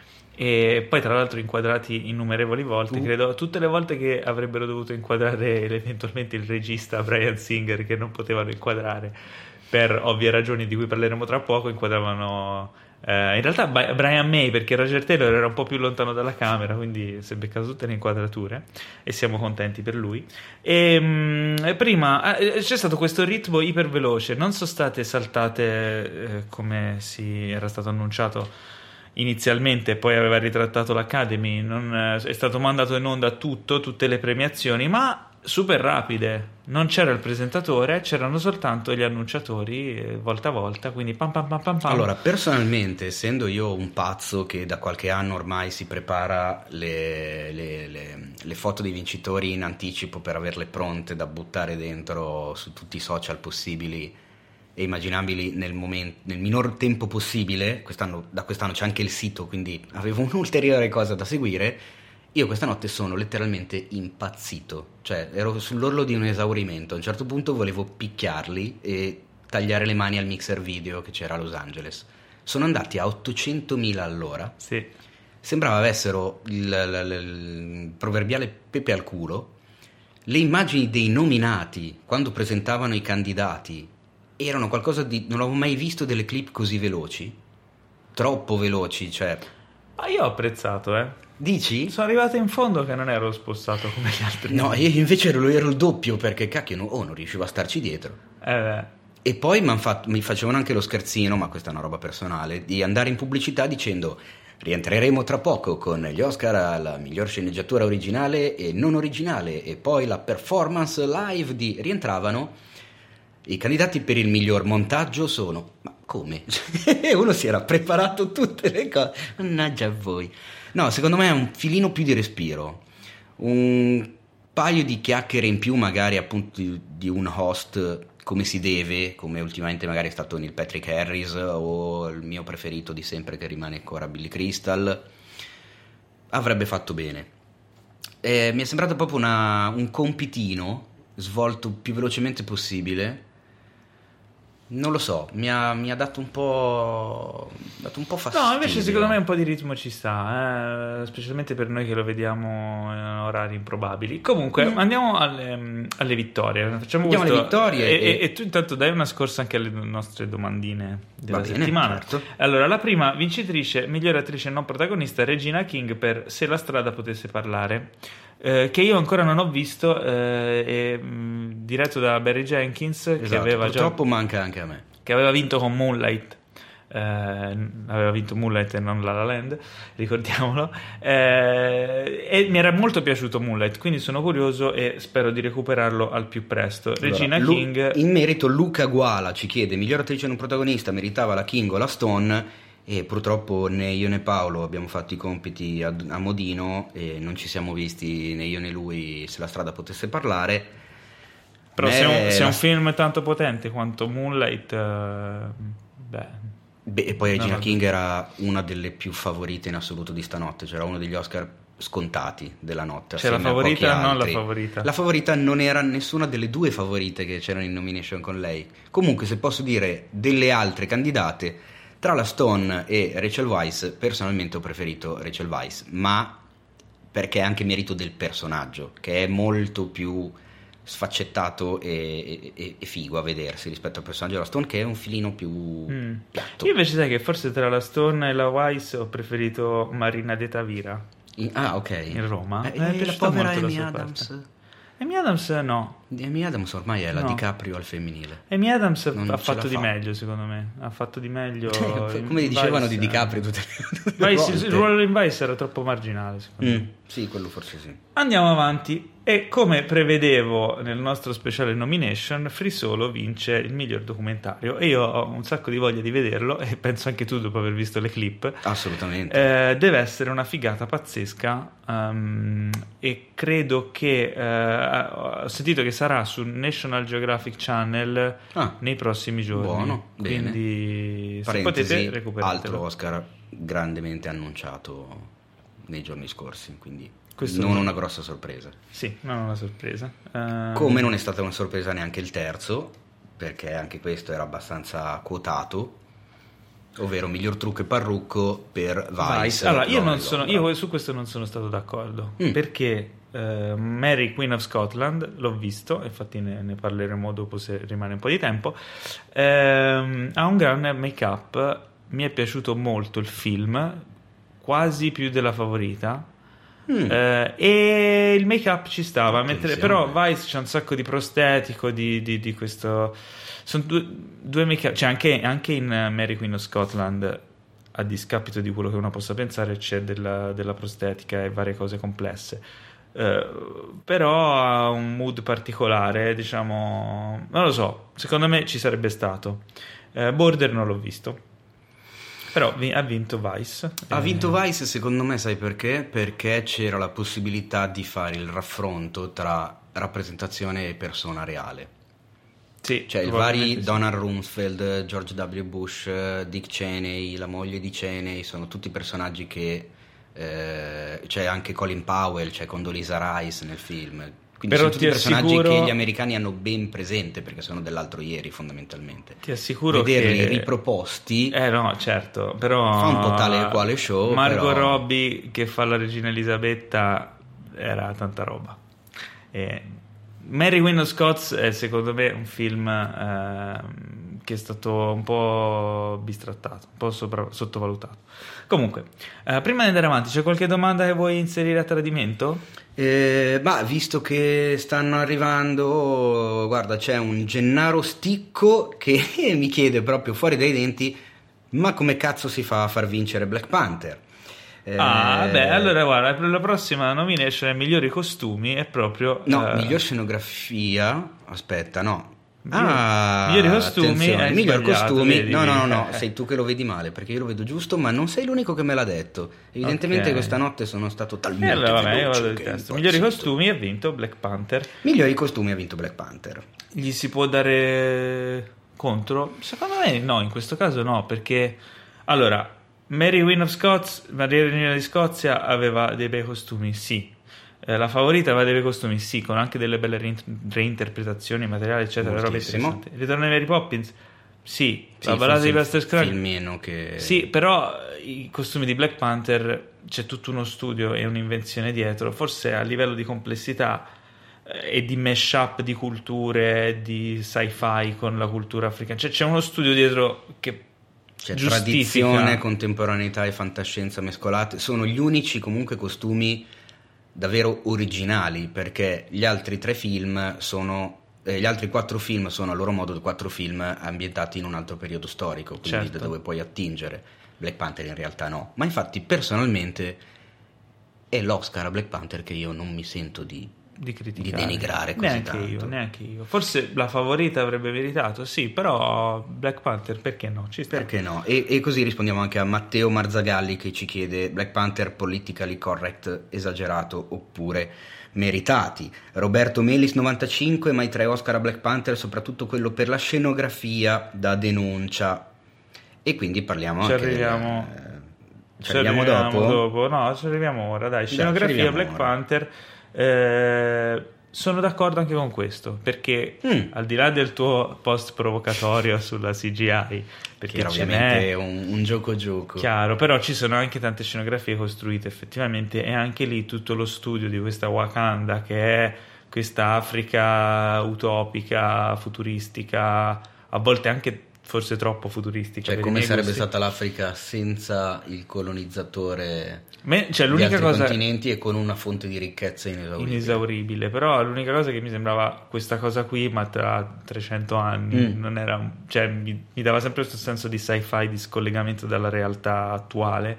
E poi tra l'altro inquadrati innumerevoli volte, uh. credo tutte le volte che avrebbero dovuto inquadrare eventualmente il regista Bryan Singer, che non potevano inquadrare per ovvie ragioni di cui parleremo tra poco, inquadravano eh, in realtà Brian May, perché Roger Taylor era un po' più lontano dalla camera, quindi si è beccato tutte le inquadrature e siamo contenti per lui. E mh, prima eh, c'è stato questo ritmo iperveloce, non sono state saltate eh, come si era stato annunciato inizialmente, poi aveva ritrattato l'Academy, non, eh, è stato mandato in onda tutto, tutte le premiazioni, ma super rapide, non c'era il presentatore, c'erano soltanto gli annunciatori eh, volta a volta, quindi pam pam pam pam pam. Allora, personalmente, essendo io un pazzo che da qualche anno ormai si prepara le, le, le, le foto dei vincitori in anticipo per averle pronte da buttare dentro su tutti i social possibili e immaginabili nel, momento, nel minor tempo possibile, quest'anno, da quest'anno c'è anche il sito, quindi avevo un'ulteriore cosa da seguire. Io questa notte sono letteralmente impazzito, cioè ero sull'orlo di un esaurimento, a un certo punto volevo picchiarli e tagliare le mani al mixer video che c'era a Los Angeles. Sono andati a ottocentomila all'ora, sì. Sembrava avessero il, il, il proverbiale pepe al culo. Le immagini dei nominati quando presentavano i candidati erano qualcosa di... non avevo mai visto delle clip così veloci, troppo veloci, cioè... Ma io ho apprezzato, eh. Dici? Sono arrivato in fondo che non ero spostato come gli altri. No, io invece ero, ero il doppio perché cacchio, no, oh, non riuscivo a starci dietro. Eh beh. E poi m'han fatto, mi facevano anche lo scherzino, ma questa è una roba personale, di andare in pubblicità dicendo rientreremo tra poco con gli Oscar alla miglior sceneggiatura originale e non originale e poi la performance live di... rientravano i candidati per il miglior montaggio sono... ma come? E uno si era preparato tutte le cose, mannaggia a voi. No, secondo me è un filino più di respiro, un paio di chiacchiere in più magari appunto di, di un host come si deve, come ultimamente magari è stato Neil Patrick Harris o il mio preferito di sempre che rimane ancora Billy Crystal, avrebbe fatto bene. E mi è sembrato proprio una, un compitino svolto più velocemente possibile, Non lo so, mi ha, mi ha dato un po' dato un po' fastidio. No, invece secondo me un po' di ritmo ci sta, eh? Specialmente per noi che lo vediamo in orari improbabili. Comunque mm. andiamo alle, alle vittorie. Facciamo andiamo questo, alle vittorie e, e... e tu intanto dai una scorsa anche alle nostre domandine della Va bene, settimana. Certo. Allora, la prima vincitrice, migliore attrice non protagonista, Regina King per Se la strada potesse parlare. Eh, che io ancora non ho visto, eh, è, mh, diretto da Barry Jenkins, esatto, che aveva purtroppo già, manca anche a me, che aveva vinto con Moonlight, eh, aveva vinto Moonlight e non La La Land, ricordiamolo, eh, e mi era molto piaciuto Moonlight, quindi sono curioso e spero di recuperarlo al più presto. Allora, Regina Lu- King, in merito Luca Guala ci chiede miglior attrice non protagonista, meritava la King o la Stone, e purtroppo né io né Paolo abbiamo fatto i compiti a, a Modino e non ci siamo visti né io né lui Se la strada potesse parlare. però se è un, se è la... un film tanto potente quanto Moonlight, eh, beh, Beh, e poi Regina no, King era una delle più favorite in assoluto di stanotte, c'era uno degli Oscar scontati della notte. C'è la favorita, non la favorita. La favorita non era nessuna delle due favorite che c'erano in nomination con lei. Comunque, se posso dire delle altre candidate, tra la Stone e Rachel Weisz, personalmente ho preferito Rachel Weisz, ma perché è anche merito del personaggio, che è molto più sfaccettato e, e, e figo a vedersi rispetto al personaggio della Stone, che è un filino più mm. piatto. Io invece sai che forse tra la Stone e la Weisz ho preferito Marina De Tavira. In, ah, ok. In Roma. Eh, eh, la povera Amy Adams. Parte. Amy Adams no. Amy Adams ormai è la no. DiCaprio al femminile. Amy Adams non ha fatto di fa. meglio, secondo me. Ha fatto di meglio. Come dicevano Vice, di DiCaprio tutte le Vice, il ruolo in Vice era troppo marginale, secondo mm, me. Sì, quello forse sì. Andiamo avanti. E come prevedevo nel nostro speciale nomination, Free Solo vince il miglior documentario e io ho un sacco di voglia di vederlo e penso anche tu dopo aver visto le clip. Assolutamente. Eh, deve essere una figata pazzesca, um, e credo che eh, ho sentito che sarà su National Geographic Channel ah, nei prossimi giorni. Buono, quindi bene. Se potete recuperatelo. Altro Oscar grandemente annunciato nei giorni scorsi, quindi questo non è una grossa sorpresa. Sì, non una sorpresa. Uh... Come non è stata una sorpresa neanche il terzo, perché anche questo era abbastanza quotato, ovvero miglior trucco e parrucco per Vice. Vice. Allora, io, non sono, io su questo non sono stato d'accordo, mm. perché uh, Mary Queen of Scotland l'ho visto, infatti ne, ne parleremo dopo se rimane un po' di tempo, uh, ha un gran make-up, mi è piaciuto molto il film, quasi più della favorita. Mm. Eh, e il make up ci stava, mentre, però Vice c'è un sacco di prostetico di, di, di questo, sono due, due make up, cioè anche, anche in Mary Queen of Scotland, a discapito di quello che uno possa pensare, c'è della, della prostetica e varie cose complesse, eh, però ha un mood particolare, diciamo, non lo so, secondo me ci sarebbe stato. eh, Border non l'ho visto, però ha vinto Vice. Ha vinto Vice, secondo me, sai perché? Perché c'era la possibilità di fare il raffronto tra rappresentazione e persona reale. Sì, cioè i vari sì. Donald Rumsfeld, George W. Bush, Dick Cheney, la moglie di Cheney, sono tutti personaggi che eh, c'è anche Colin Powell, c'è Condoleezza Rice nel film. Quindi però sono tutti personaggi assicuro... che gli americani hanno ben presente perché sono dell'altro ieri fondamentalmente. Ti assicuro vederli che... riproposti eh no certo, però fa un po' tale e quale show. Margot però... Robbie che fa la regina Elisabetta era tanta roba. e Mary Queen of Scots è secondo me un film eh, che è stato un po' bistrattato, un po' sopra- sottovalutato. Comunque, eh, prima di andare avanti, c'è qualche domanda che vuoi inserire a tradimento? Eh, bah, visto che stanno arrivando, guarda, c'è un Gennaro Sticco che mi chiede proprio fuori dai denti: ma come cazzo si fa a far vincere Black Panther? Eh... Ah, beh, allora guarda, per la prossima nomination ai migliori costumi è proprio no, uh... miglior scenografia. Aspetta, no. Migliori, ah, migliori costumi, hai miglior costumi. Vedi, no, no, no, vedi. no, sei tu che lo vedi male, perché io lo vedo giusto, ma non sei l'unico che me l'ha detto. Evidentemente okay. Questa notte sono stato talmente e allora, vabbè, io vado il testo. Migliori costumi ha vinto Black Panther. Migliori costumi ha vinto Black Panther. Gli si può dare contro? Secondo me no, in questo caso no, perché allora Mary Queen of Scots, Maria Regina di Scozia, aveva dei bei costumi, sì. Eh, la favorita aveva dei bei costumi, sì, con anche delle belle rein- reinterpretazioni, materiali, eccetera. Roba interessante. Ritorno ai Mary Poppins, Sì, sì, la ballata di Buster Scruggs. Meno che... Sì, però i costumi di Black Panther c'è tutto uno studio e un'invenzione dietro. Forse a livello di complessità eh, e di mash-up di culture, di sci-fi con la cultura africana, cioè c'è uno studio dietro che c'è giustifica. Tradizione, contemporaneità e fantascienza mescolate. Sono gli unici comunque costumi davvero originali, perché gli altri tre film sono eh, gli altri quattro film sono a loro modo quattro film ambientati in un altro periodo storico, quindi certo. da dove puoi attingere. Black Panther in realtà no, ma infatti personalmente è l'Oscar a Black Panther che io non mi sento di, di, di denigrare così neanche tanto. io, neanche io. Forse la favorita avrebbe meritato, sì, però Black Panther perché no? Ci sta. Perché no? E, e così rispondiamo anche a Matteo Marzagalli che ci chiede: Black Panther politically correct, esagerato oppure meritati? Roberto Melis novantacinque, ma i tre Oscar a Black Panther, soprattutto quello per la scenografia da denuncia. E quindi parliamo ci anche arriviamo del, eh, ci arriviamo, arriviamo dopo? dopo no ci arriviamo ora dai, scenografia dai, Black ora. Panther. eh, sono d'accordo anche con questo, perché mm. al di là del tuo post provocatorio sulla C G I, perché che ce ovviamente n'è è un, un gioco gioco chiaro, però ci sono anche tante scenografie costruite effettivamente, e anche lì tutto lo studio di questa Wakanda, che è questa Africa utopica, futuristica, a volte anche forse troppo futuristica. Cioè, per come i miei sarebbe gusti. stata l'Africa senza il colonizzatore Me, cioè, di l'unica altri cosa continenti e con una fonte di ricchezza inesauribile. inesauribile, però l'unica cosa che mi sembrava questa cosa qui, ma tra trecento anni, Mm. non era, cioè, mi, mi dava sempre questo senso di sci-fi, di scollegamento dalla realtà attuale.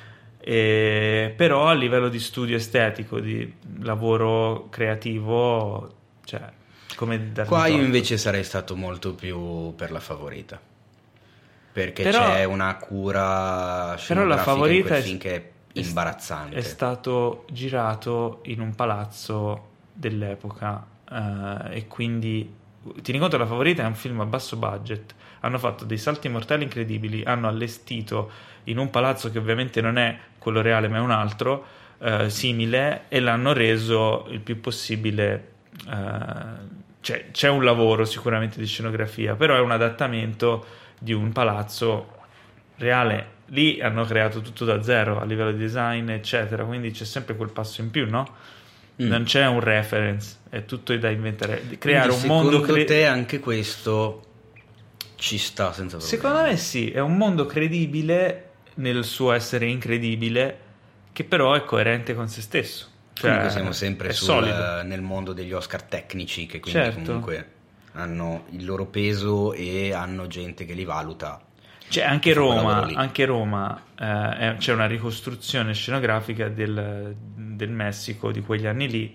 E, però a livello di studio estetico, di lavoro creativo, cioè, come darmi Qua io torto. invece sarei stato molto più per la favorita, perché Però- c'è una cura però la scenografica favorita in quel è- film che è imbarazzante. È stato girato in un palazzo dell'epoca, eh, e quindi tieni conto, La Favorita è un film a basso budget, hanno fatto dei salti mortali incredibili, hanno allestito in un palazzo che ovviamente non è quello reale ma è un altro, eh, simile, e l'hanno reso il più possibile, eh, cioè, c'è un lavoro sicuramente di scenografia, però è un adattamento di un palazzo reale. Lì hanno creato tutto da zero a livello di design eccetera, quindi c'è sempre quel passo in più, no? Mm. Non c'è un reference, è tutto da inventare, creare Quindi, un mondo. Secondo cre- te anche questo ci sta senza problemi? Secondo me sì, è un mondo credibile nel suo essere incredibile, che però è coerente con se stesso. Cioè, Comunque siamo sempre è sul, solido. nel mondo degli Oscar tecnici, che quindi Certo. comunque hanno il loro peso e hanno gente che li valuta. Cioè, anche Fa quel lavoro Roma, lì. anche Roma eh, è- c'è una ricostruzione scenografica del, del Messico di quegli anni lì,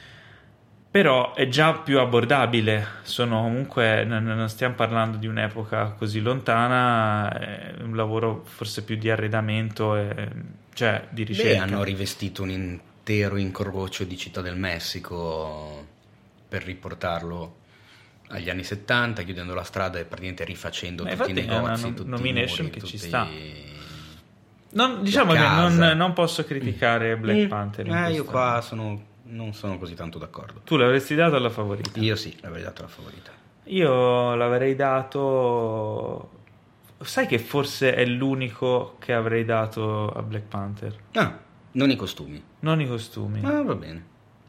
però è già più abbordabile. Sono comunque, non, non stiamo parlando di un'epoca così lontana, è un lavoro forse più di arredamento, e, cioè di ricerca. Beh, hanno rivestito un intero incrocio di Città del Messico per riportarlo agli anni settanta, chiudendo la strada e praticamente rifacendo Ma tutti i infatti è una negozi, nom- tutti nomination i muri, che ci tutti- sta. Non, diciamo La che casa. non, non posso criticare Black Mm. Panther in Eh, io questa- qua sono, non sono così tanto d'accordo. Tu l'avresti dato alla favorita? Io sì, l'avrei dato la favorita. Io l'avrei dato. Sai che forse è l'unico che avrei dato a Black Panther? Ah, non i costumi. Non i costumi. Ah, va bene.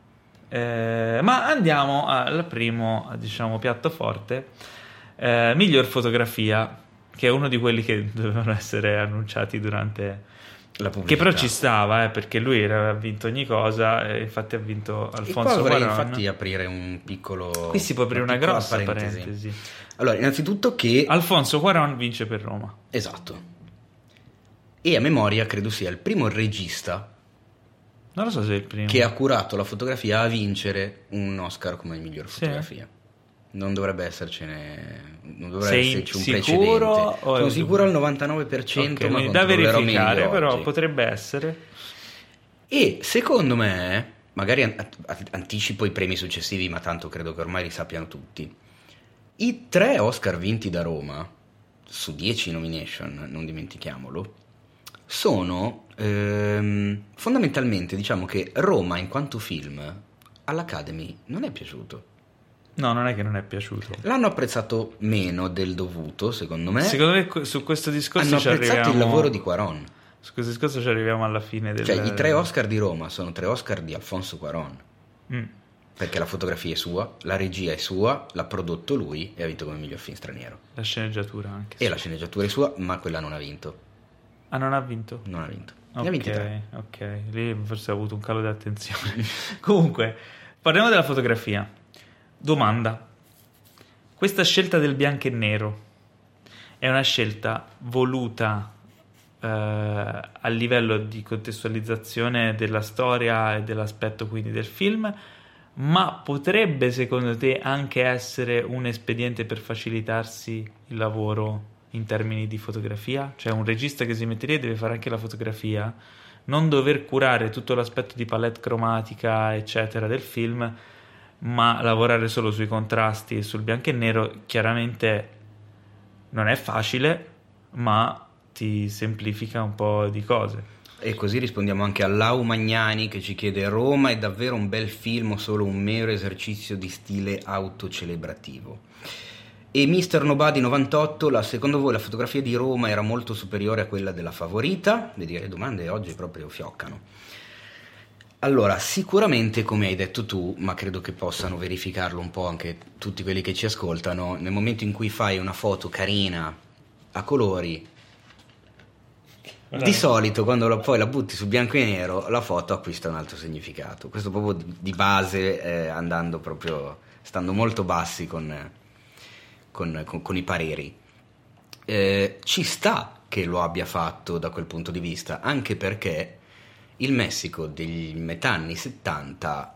Eh, ma andiamo al primo, diciamo, piatto forte. Eh, miglior fotografia, che è uno di quelli che dovevano essere annunciati durante. La pubblicità. Che però ci stava, eh, perché lui era- ha vinto ogni cosa, e infatti ha vinto E qua Alfonso vorrei Cuarón. infatti aprire un piccolo... Qui si può aprire una piccola grossa parentesi. parentesi. Allora, innanzitutto che... Alfonso Cuarón vince per Roma. Esatto. E a memoria credo sia il primo regista Non lo so se è il primo. che ha curato la fotografia a vincere un Oscar come miglior Sì. fotografia. Non dovrebbe essercene, non dovrebbe Sei esserci un sicuro precedente. o è Sono un sicuro al novantanove per cento, Ok, ma quindi da controllerò verificare, meglio però oggi. potrebbe essere. E secondo me, magari an- an- anticipo i premi successivi, ma tanto credo che ormai li sappiano tutti. I tre Oscar vinti da Roma, su dieci nomination, non dimentichiamolo, sono ehm, fondamentalmente, diciamo che Roma in quanto film all'Academy non è piaciuto. No, non è che non è piaciuto. L'hanno apprezzato meno del dovuto, secondo me. Secondo me su questo discorso hanno ci apprezzato arriviamo... il lavoro di Cuarón. Su questo discorso ci arriviamo alla fine del... Cioè, i tre Oscar di Roma sono tre Oscar di Alfonso Cuarón. Mm. Perché la fotografia è sua, la regia è sua, l'ha prodotto lui e ha vinto come miglior film straniero. La sceneggiatura anche. E sì. La sceneggiatura è sua, ma quella non ha vinto. Ah, non ha vinto? Non ha vinto. Ok, ne ha vinti tre. Ok, lì forse ha avuto un calo di attenzione. Comunque, parliamo della fotografia. Domanda. Questa scelta del bianco e nero è una scelta voluta eh, a livello di contestualizzazione della storia e dell'aspetto quindi del film, ma potrebbe secondo te anche essere un espediente per facilitarsi il lavoro in termini di fotografia? Cioè un regista che si mette lì deve fare anche la fotografia, non dover curare tutto l'aspetto di palette cromatica eccetera del film, ma lavorare solo sui contrasti e sul bianco e nero. Chiaramente non è facile, ma ti semplifica un po' di cose. E così rispondiamo anche a Lau Magnani che ci chiede: Roma è davvero un bel film o solo un mero esercizio di stile autocelebrativo? E mister Nobody novantotto, la, secondo voi la fotografia di Roma era molto superiore a quella della Favorita? Vedi, le domande oggi proprio fioccano. Allora, sicuramente, come hai detto tu, ma credo che possano verificarlo un po' anche tutti quelli che ci ascoltano, nel momento in cui fai una foto carina a colori, di solito quando la, poi la butti su bianco e nero, la foto acquista un altro significato. Questo proprio di, di base, eh, andando proprio, stando molto bassi con, con, con, con i pareri. Eh, ci sta che lo abbia fatto da quel punto di vista, anche perché il Messico degli metà anni settanta,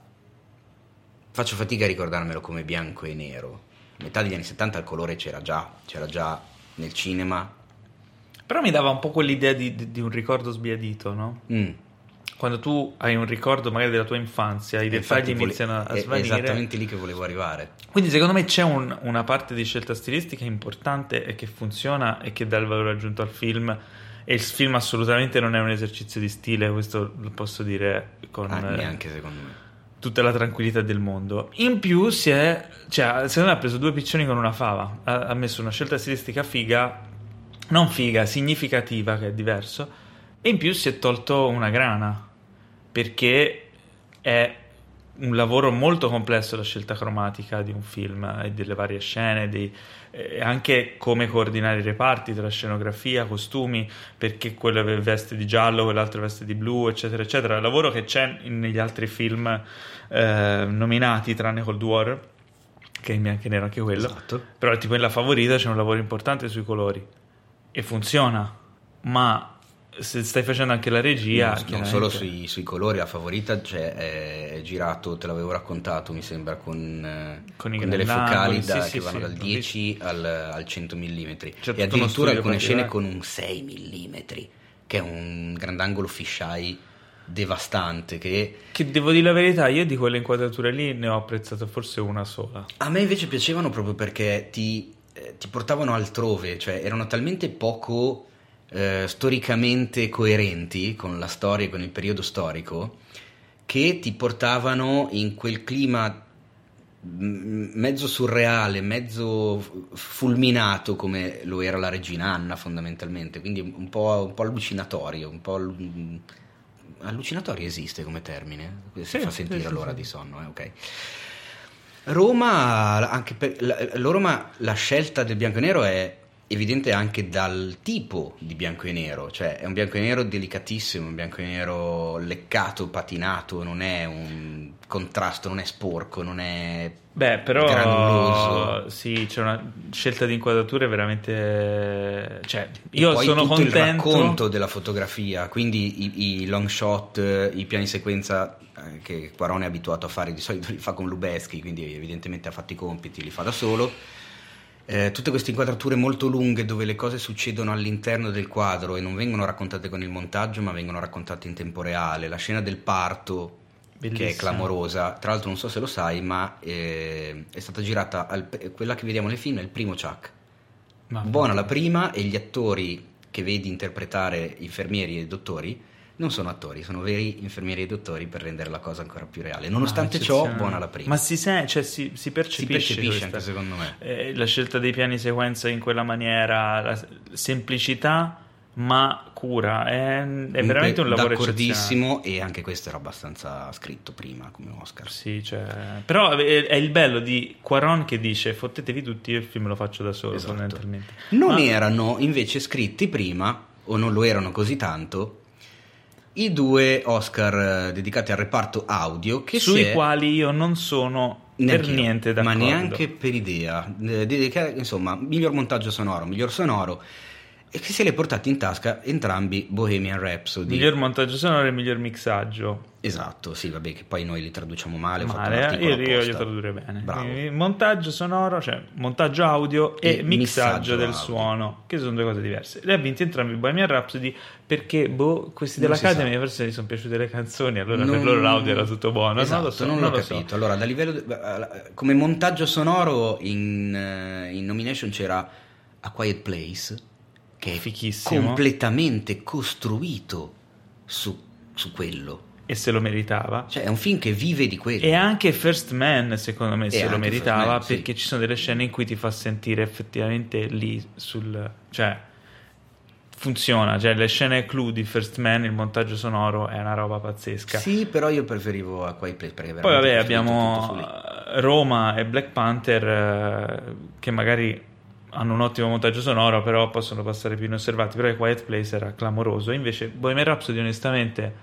faccio fatica a ricordarmelo come bianco e nero. Metà degli anni settanta il colore c'era già, c'era già nel cinema. Però mi dava un po' quell'idea di, di, di un ricordo sbiadito, no? Mm. Quando tu hai un ricordo magari della tua infanzia, i dettagli vole- iniziano a è, svanire. È esattamente lì che volevo arrivare. Quindi secondo me c'è un, una parte di scelta stilistica importante e che funziona e che dà il valore aggiunto al film. E il film assolutamente non è un esercizio di stile, questo lo posso dire con ah, neanche secondo me. Tutta la tranquillità del mondo. In più si è, cioè, secondo me ha preso due piccioni con una fava, ha, ha messo una scelta stilistica figa, non figa, significativa, che è diverso, e in più si è tolto una grana, perché è un lavoro molto complesso la scelta cromatica di un film e delle varie scene, di, eh, anche come coordinare i reparti tra scenografia, costumi, perché quello veste di giallo, quell'altro veste di blu, eccetera eccetera. Il lavoro che c'è in, negli altri film eh, nominati, tranne Cold War, che è in bianco e nero anche quello, esatto. Però tipo nella Favorita c'è un lavoro importante sui colori e funziona, ma se stai facendo anche la regia, no, non solo sui, sui colori, la Favorita cioè, è, è girato, te l'avevo raccontato mi sembra, con, con, con delle focali da, sì, che sì, vanno sì, dal dieci al, al cento millimetri, c'è e addirittura alcune scene con un sei millimetri, che è un grandangolo fisheye devastante, che... che devo dire la verità, io di quelle inquadrature lì ne ho apprezzato forse una sola. A me invece piacevano proprio perché ti, eh, ti portavano altrove, cioè erano talmente poco eh, storicamente coerenti con la storia e con il periodo storico, che ti portavano in quel clima mezzo surreale, mezzo fulminato come lo era La Regina Anna fondamentalmente, quindi un po', un po' allucinatorio, un po' allu- allucinatorio esiste come termine? Si sì, fa sentire sì, l'ora sì. di sonno, eh? Ok. Roma, anche per la, la Roma, la scelta del bianco e nero è evidente anche dal tipo di bianco e nero, cioè è un bianco e nero delicatissimo, un bianco e nero leccato, patinato, non è un contrasto, non è sporco, non è beh, però granuloso. Sì, c'è una scelta di inquadrature veramente, cioè io e poi sono tutto contento il racconto della fotografia, quindi i, i long shot, i piani sequenza eh, che Cuarón è abituato a fare, di solito li fa con Lubezki, quindi evidentemente ha fatto i compiti, li fa da solo. Eh, tutte queste inquadrature molto lunghe dove le cose succedono all'interno del quadro e non vengono raccontate con il montaggio ma vengono raccontate in tempo reale, la scena del parto bellissima, che è clamorosa, tra l'altro non so se lo sai ma eh, è stata girata al, quella che vediamo nel film è il primo Chuck, ma buona la prima, e gli attori che vedi interpretare infermieri e dottori non sono attori, sono veri infermieri e dottori per rendere la cosa ancora più reale. Nonostante no, ciò, buona la prima. Ma si, sen- cioè, si, si percepisce, si percepisce anche secondo me. Eh, la scelta dei piani sequenza in quella maniera, la semplicità ma cura, è, è veramente un lavoro d'accordissimo, e anche questo era abbastanza scritto prima come Oscar. Sì, cioè, però è, è il bello di Cuarón che dice fottetevi tutti, io il film lo faccio da solo, esatto. Fondamentalmente non ma... erano invece scritti prima, o non lo erano così tanto, i due Oscar dedicati al reparto audio, che sui è... quali io non sono per niente d'accordo, ma neanche per idea. Dedica... insomma, miglior montaggio sonoro, miglior sonoro, e che se li è portati in tasca entrambi Bohemian Rhapsody. Miglior montaggio sonoro e miglior mixaggio. Esatto, sì, vabbè, che poi noi li traduciamo male. Male, io li voglio tradurre bene. Bravo. Montaggio sonoro, cioè montaggio audio e, e mixaggio del audio. Suono, che sono due cose diverse. Le ha vinti entrambi Bohemian Rhapsody perché boh, questi dell'Academy forse gli sono piaciute le canzoni, allora non... per loro l'audio era tutto buono. Esatto, non lo so, non, non l'ho lo capito. So. Allora, da livello come montaggio sonoro in, in nomination c'era A Quiet Place, che è fichissimo, completamente costruito su, su quello, e se lo meritava, cioè è un film che vive di quello. E anche First Man secondo me e se lo meritava, Man, perché sì. Ci sono delle scene in cui ti fa sentire effettivamente lì sul, cioè funziona, cioè le scene clou di First Man, il montaggio sonoro è una roba pazzesca. Sì, però io preferivo A Quiet Place, perché poi vabbè abbiamo Roma e Black Panther eh, che magari hanno un ottimo montaggio sonoro, però possono passare più inosservati. Però il Quiet Place era clamoroso. Invece Bohemian Rhapsody onestamente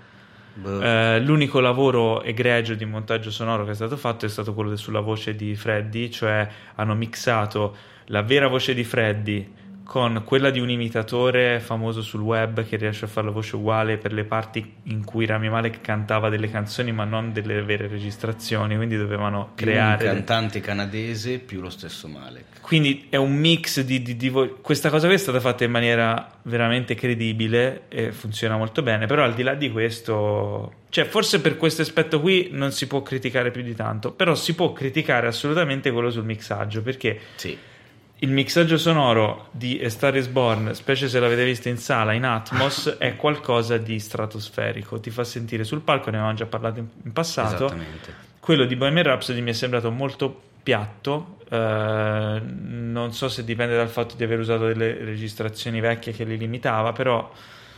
eh, l'unico lavoro egregio di montaggio sonoro che è stato fatto è stato quello sulla voce di Freddie, cioè hanno mixato la vera voce di Freddie con quella di un imitatore famoso sul web che riesce a fare la voce uguale per le parti in cui Rami Malek cantava delle canzoni ma non delle vere registrazioni, quindi dovevano più creare un cantante canadese più lo stesso Malek, quindi è un mix di, di, di vo- questa cosa qui è stata fatta in maniera veramente credibile e funziona molto bene. Però al di là di questo, cioè forse per questo aspetto qui non si può criticare più di tanto, però si può criticare assolutamente quello sul mixaggio, perché sì. Il mixaggio sonoro di A Star is Born, specie se l'avete vista in sala, in Atmos, è qualcosa di stratosferico. Ti fa sentire sul palco, ne avevamo già parlato in, in passato. Esattamente. Quello di Bohemian Rhapsody mi è sembrato molto piatto. Eh, non so se dipende dal fatto di aver usato delle registrazioni vecchie che li limitava, però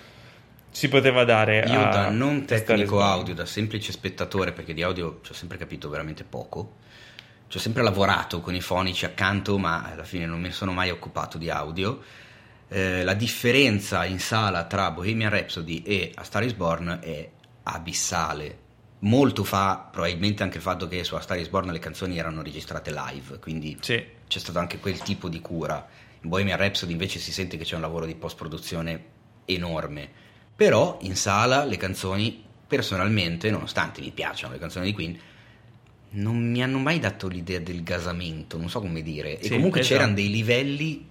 si poteva dare. Io a da non tecnico audio, da semplice spettatore, perché di audio ci ho sempre capito veramente poco. Ci ho sempre lavorato con i fonici accanto, ma alla fine non mi sono mai occupato di audio. Eh, la differenza in sala tra Bohemian Rhapsody e A Star is Born è abissale. Molto fa probabilmente anche il fatto che su A Star is Born le canzoni erano registrate live, quindi sì. C'è stato anche quel tipo di cura. In Bohemian Rhapsody invece si sente che c'è un lavoro di post-produzione enorme. Però in sala le canzoni, personalmente, nonostante mi piacciono le canzoni di Queen, non mi hanno mai dato l'idea del gasamento, non so come dire, e sì, comunque esatto. C'erano dei livelli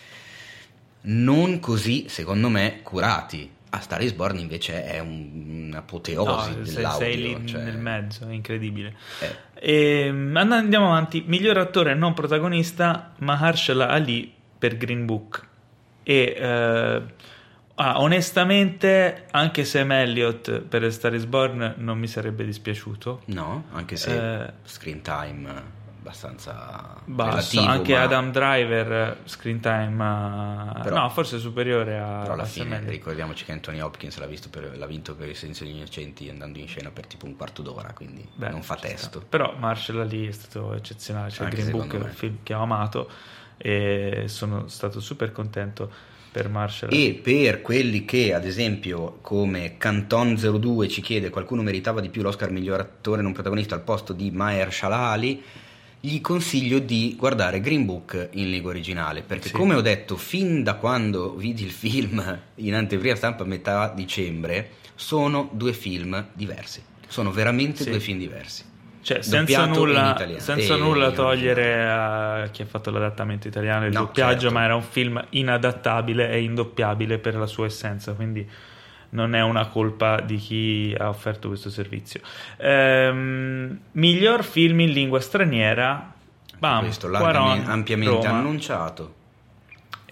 non così, secondo me, curati. A Star is Born invece è un, un'apoteosi no, dell'audio, sei lì cioè... nel mezzo, è incredibile. eh. E, andiamo avanti. Miglior attore non protagonista Mahershala Ali per Green Book. E eh, ah, onestamente anche Sam Elliott per A Star is Born non mi sarebbe dispiaciuto, no, anche se eh, screen time abbastanza basso, relativo, anche ma... Adam Driver screen time però, no, forse superiore a però alla a fine ricordiamoci che Anthony Hopkins l'ha, visto per, l'ha vinto per Il Silenzio degli Innocenti andando in scena per tipo un quarto d'ora, quindi Beh, non fa testo. Sta. Però Mahershala Ali è stato eccezionale, cioè Green Book è un film che ho amato e sono stato super contento per Mahershala Ali. E per quelli che ad esempio come Canton zero due ci chiede qualcuno meritava di più l'Oscar miglior attore non protagonista al posto di Mahershala Ali, gli consiglio di guardare Green Book in lingua originale, perché sì. Come ho detto fin da quando vidi il film in anteprima stampa a metà dicembre, sono due film diversi, sono veramente sì. due film diversi, cioè senza nulla, senza nulla togliere a chi ha fatto l'adattamento italiano e il no, doppiaggio, certo. Ma era un film inadattabile e indoppiabile per la sua essenza, quindi non è una colpa di chi ha offerto questo servizio. Ehm, miglior film in lingua straniera, bam, questo l'ha ampiamente Roma. Annunciato. E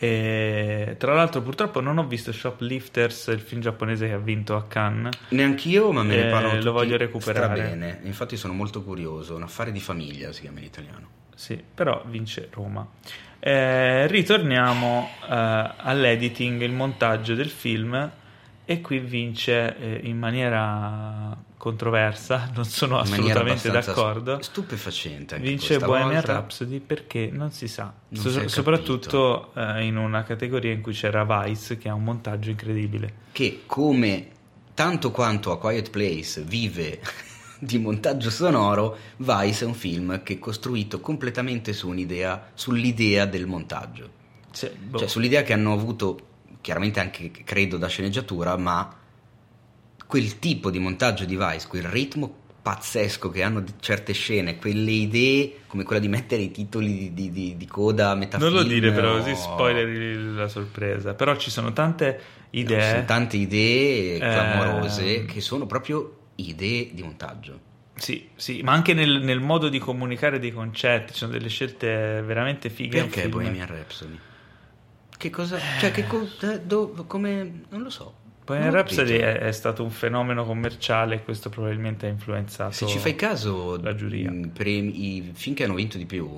E, tra l'altro purtroppo non ho visto Shoplifters, il film giapponese che ha vinto a Cannes. Neanch'io, ma me ne parlano tutti lo voglio recuperare. bene. Infatti sono molto curioso. Un affare di famiglia si chiama in italiano. Sì, però vince Roma. Eh, ritorniamo eh, all'editing, il montaggio del film, e qui vince eh, in maniera controversa, non sono assolutamente d'accordo, stupefacente anche vince Bohemian volta. Rhapsody perché non si sa, non so- si soprattutto eh, in una categoria in cui c'era Vice, che ha un montaggio incredibile, che come tanto quanto A Quiet Place vive di montaggio sonoro, Vice è un film che è costruito completamente su un'idea, sull'idea del montaggio, cioè, boh. cioè sull'idea che hanno avuto chiaramente anche, credo, da sceneggiatura, ma quel tipo di montaggio di Vice, quel ritmo pazzesco che hanno certe scene, quelle idee come quella di mettere i titoli di, di, di coda a metà non film, lo dire però, o... così spoileri la sorpresa, però ci sono tante idee, no, ci sono tante idee clamorose eh... che sono proprio idee di montaggio. Sì, sì, ma anche nel, nel modo di comunicare dei concetti ci sono delle scelte veramente fighe. Perché Bohemian Rhapsody? Che cosa, cioè che cosa, do, come, non lo so. Bohemian Rhapsody è, è stato un fenomeno commerciale e questo probabilmente ha influenzato. Se ci fai caso, la giuria. Per i, i film che hanno vinto di più,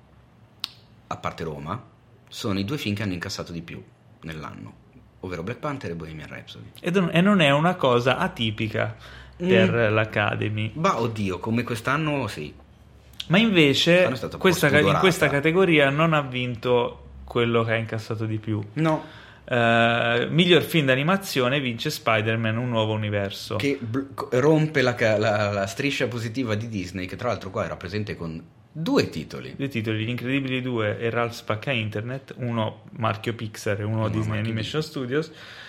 a parte Roma, sono i due film che hanno incassato di più nell'anno, ovvero Black Panther e Bohemian Rhapsody. E, don, e non è una cosa atipica per mm. l'Academy. Ma oddio, come quest'anno sì. Ma invece questa, in questa categoria non ha vinto quello che ha incassato di più. No. Uh, miglior film d'animazione vince Spider-Man Un nuovo universo, che bl- rompe la, la, la striscia positiva di Disney, che tra l'altro qua era presente con due titoli due titoli, Gli Incredibili due e Ralph Spacca Internet, uno marchio Pixar e uno, uno Disney Animation di... Studios,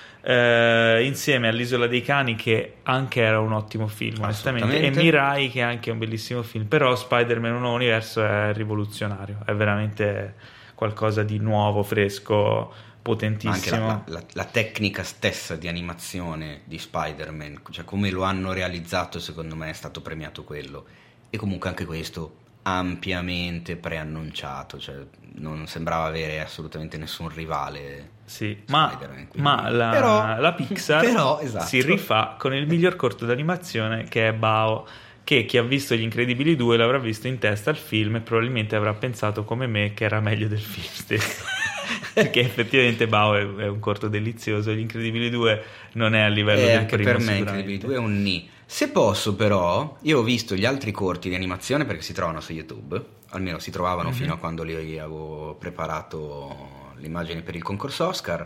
uh, insieme all'Isola dei Cani, che anche era un ottimo film onestamente, e Mirai, che è anche un bellissimo film. Però Spider-Man Un nuovo universo è rivoluzionario, è veramente qualcosa di nuovo, fresco, potentissimo. Anche la, la, la tecnica stessa di animazione di Spider-Man, cioè come lo hanno realizzato, secondo me è stato premiato quello. E comunque anche questo ampiamente preannunciato, cioè non sembrava avere assolutamente nessun rivale. Sì, ma, ma la, però, la Pixar però, esatto. si rifà con il miglior corto d'animazione, che è Bao, che chi ha visto Gli Incredibili due l'avrà visto in testa al film e probabilmente avrà pensato come me che era meglio del film stesso. Perché effettivamente Bao è, è un corto delizioso. Gli Incredibili due non è a livello e del anche primo, per me Incredibili due è un ni. Se posso, però, io ho visto gli altri corti di animazione perché si trovano su YouTube, almeno si trovavano mm-hmm. fino a quando li avevo preparato le immagini per il concorso Oscar.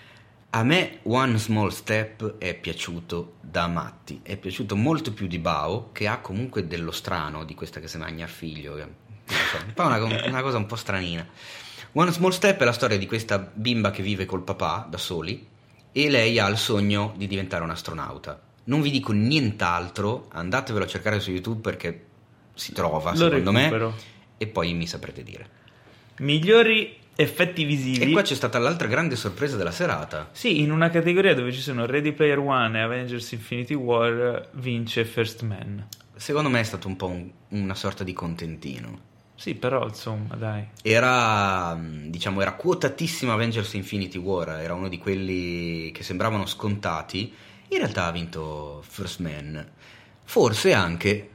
A me One Small Step è piaciuto da matti, è piaciuto molto più di Bao, che ha comunque dello strano, di questa che si magna figlio, che, non so, una, una cosa un po' stranina. One Small Step è la storia di questa bimba che vive col papà da soli e lei ha il sogno di diventare un astronauta. Non vi dico nient'altro, andatevelo a cercare su YouTube perché si trova, Lo secondo recupero. me, e poi mi saprete dire. Migliori effetti visivi. E qua c'è stata l'altra grande sorpresa della serata. Sì, in una categoria dove ci sono Ready Player One e Avengers Infinity War vince First Man. Secondo me è stato un po' un, una sorta di contentino. Sì, però insomma, dai. Era, diciamo, era quotatissimo Avengers Infinity War, era uno di quelli che sembravano scontati. In realtà ha vinto First Man, forse anche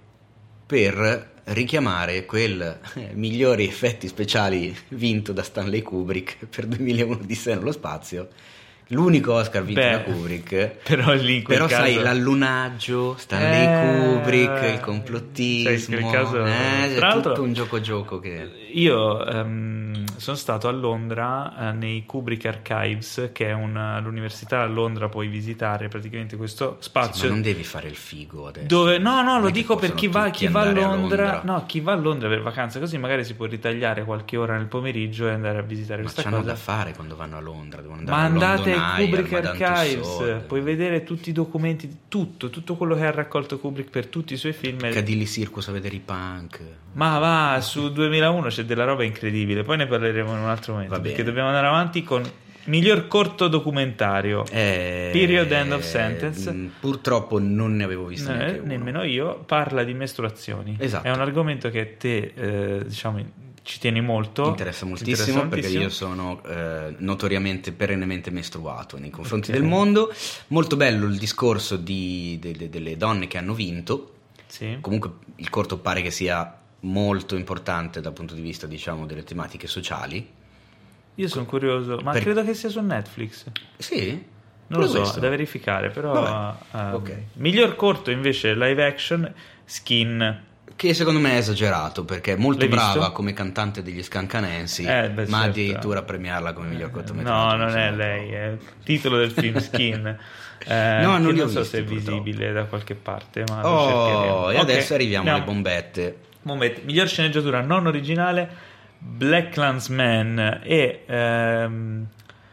per richiamare quel eh, migliori effetti speciali vinto da Stanley Kubrick per duemilauno Odissea nello spazio, l'unico Oscar vinto Beh, da Kubrick. Però lì in quel però caso... sai, l'allunaggio, Stanley eh, Kubrick, il complottismo, in quel caso... eh, Tra è l'altro, tutto un gioco gioco che... Io um, sono stato a Londra eh, nei Kubrick Archives, che è una, l'università a Londra, puoi visitare praticamente questo spazio. Sì, ma non devi fare il figo adesso. Dove, no, no, non lo dico per chi va, chi va a Londra, a Londra, no, chi va a Londra per vacanza, così magari si può ritagliare qualche ora nel pomeriggio e andare a visitare ma questa cosa. Ma c'hanno da fare quando vanno a Londra? Devono andare ma a andate ai Kubrick al Archives, puoi vedere tutti i documenti, tutto, tutto quello che ha raccolto Kubrick per tutti i suoi film. Cadilly Circus a vedere i punk. Ma va, su duemilauno c'è della roba incredibile, poi ne parleremo in un altro momento, perché dobbiamo andare avanti con miglior corto documentario. eh, Period End of Sentence. Mh, purtroppo non ne avevo visto eh, neanche uno. Nemmeno io. Parla di mestruazioni. Esatto. È un argomento che te eh, diciamo ci tieni molto. Mi interessa moltissimo interessa perché io sono eh, notoriamente, perennemente mestruato nei confronti okay. del mondo. Molto bello il discorso di, de, de, delle donne che hanno vinto. Sì. Comunque il corto pare che sia molto importante dal punto di vista, diciamo, delle tematiche sociali. Io sono curioso, ma per... credo che sia su Netflix. Sì? Non lo so, questo. Da verificare, però um, okay. Miglior corto invece live action, Skin, che secondo me è esagerato perché è molto L'hai brava visto? Come cantante degli Scancanensi, eh, beh, ma certo. addirittura premiarla come miglior cortometraggio. No, non è lei, è il titolo del film Skin. Eh, no, non, non so visti, se è visibile purtroppo. Da qualche parte, ma oh, lo cercheremo. E adesso okay. arriviamo Andiamo. alle bombette. Bombette. Miglior sceneggiatura non originale, BlacKkKlansman, e ehm,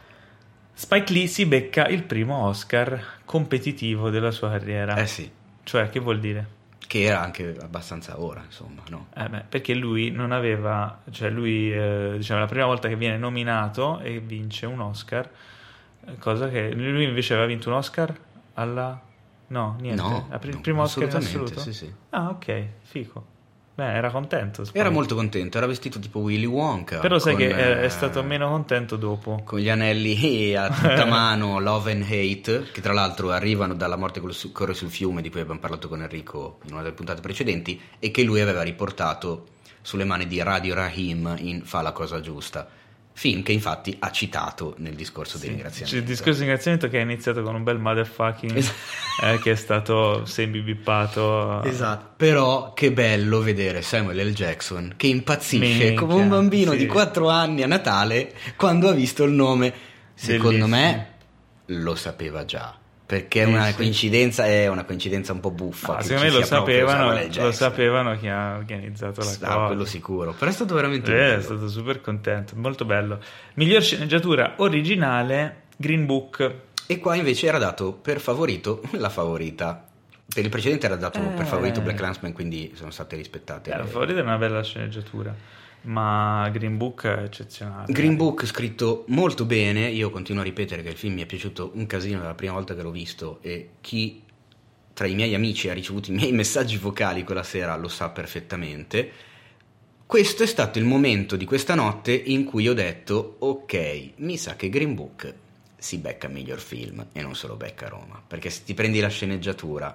Spike Lee si becca il primo Oscar competitivo della sua carriera. Eh sì. Cioè, che vuol dire? Che era anche abbastanza ora, insomma, no? Eh beh, perché lui non aveva, cioè lui, eh, diciamo, la prima volta che viene nominato e vince un Oscar, cosa che lui invece aveva vinto un Oscar alla... No, niente. No, il no, primo Oscar in assoluto? Sì, sì. Ah, ok, fico. Beh, era contento. Spaghetti. Era molto contento, era vestito tipo Willy Wonka. Però sai con, che è, è stato meno contento dopo. Con gli anelli a tutta mano, Love and Hate, che tra l'altro arrivano dalla Morte corre sul fiume, di cui abbiamo parlato con Enrico in una delle puntate precedenti, e che lui aveva riportato sulle mani di Radio Rahim in Fa la cosa giusta. Film che infatti ha citato nel discorso sì, di ringraziamento. Il discorso di ringraziamento che è iniziato con un bel motherfucking esatto. eh, che è stato semi-bippato. Esatto. Però che bello vedere Samuel L. Jackson che impazzisce Minchia, come un bambino sì. di quattro anni a Natale quando ha visto il nome. Secondo Bellissimo. me lo sapeva già. Perché è una sì, coincidenza, è una coincidenza un po' buffa. No, secondo me lo sapevano, lo sapevano chi ha organizzato la ah, cosa. Quello sicuro. Però è stato veramente eh, bello. È stato super contento, molto bello. Miglior sceneggiatura originale, Green Book. E qua invece era dato per favorito la favorita. Per il precedente era dato eh. per favorito BlacKkKlansman, quindi sono state rispettate. Eh, la favorita è una bella sceneggiatura. Ma Green Book è eccezionale. Green Book scritto molto bene. Io continuo a ripetere che il film mi è piaciuto un casino dalla prima volta che l'ho visto, e chi tra i miei amici ha ricevuto i miei messaggi vocali quella sera lo sa perfettamente. Questo è stato il momento di questa notte in cui ho detto ok, mi sa che Green Book si becca miglior film, e non solo becca Roma, perché se ti prendi la sceneggiatura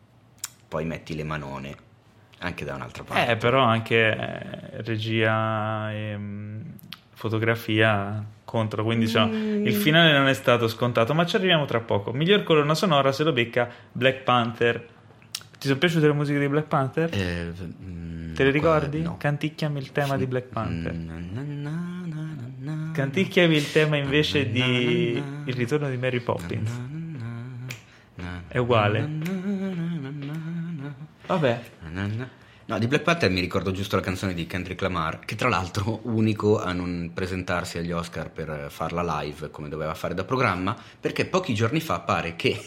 poi metti le manone anche da un'altra parte. Eh, però anche eh, regia e mh, fotografia contro, quindi diciamo, mm. il finale non è stato scontato, ma ci arriviamo tra poco. Miglior colonna sonora se lo becca Black Panther. Ti sono piaciute le musiche di Black Panther? Eh, mm, Te le ricordi? No. Canticchiami il tema sì. di Black Panther. Mm, na, na, na, na, na, Canticchiami il tema invece di na, na, na, Il ritorno di Mary Poppins. Na, na, na, na, è uguale. Na, na, na, na, na, Vabbè. No, di Black Panther mi ricordo giusto la canzone di Kendrick Lamar, che tra l'altro unico a non presentarsi agli Oscar per farla live come doveva fare da programma, perché pochi giorni fa pare che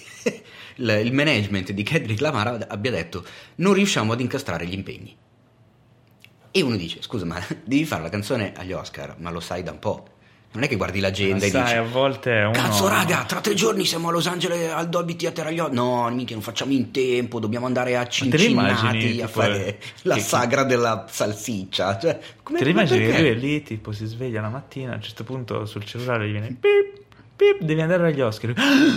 il management di Kendrick Lamar abbia detto non riusciamo ad incastrare gli impegni. E uno dice scusa, ma devi fare la canzone agli Oscar, ma lo sai da un po'. Non è che guardi l'agenda ma e sai, dici a volte uno... cazzo raga, tra tre giorni siamo a Los Angeles al Dolby Theater agli Oscar. No, minchia, non facciamo in tempo, dobbiamo andare a Cincinnati a fare la che, sagra che... della salsiccia. Cioè, come te immagini che lui è lì, tipo si sveglia la mattina, a un certo punto sul cellulare gli viene pip, pip, devi andare agli Oscar.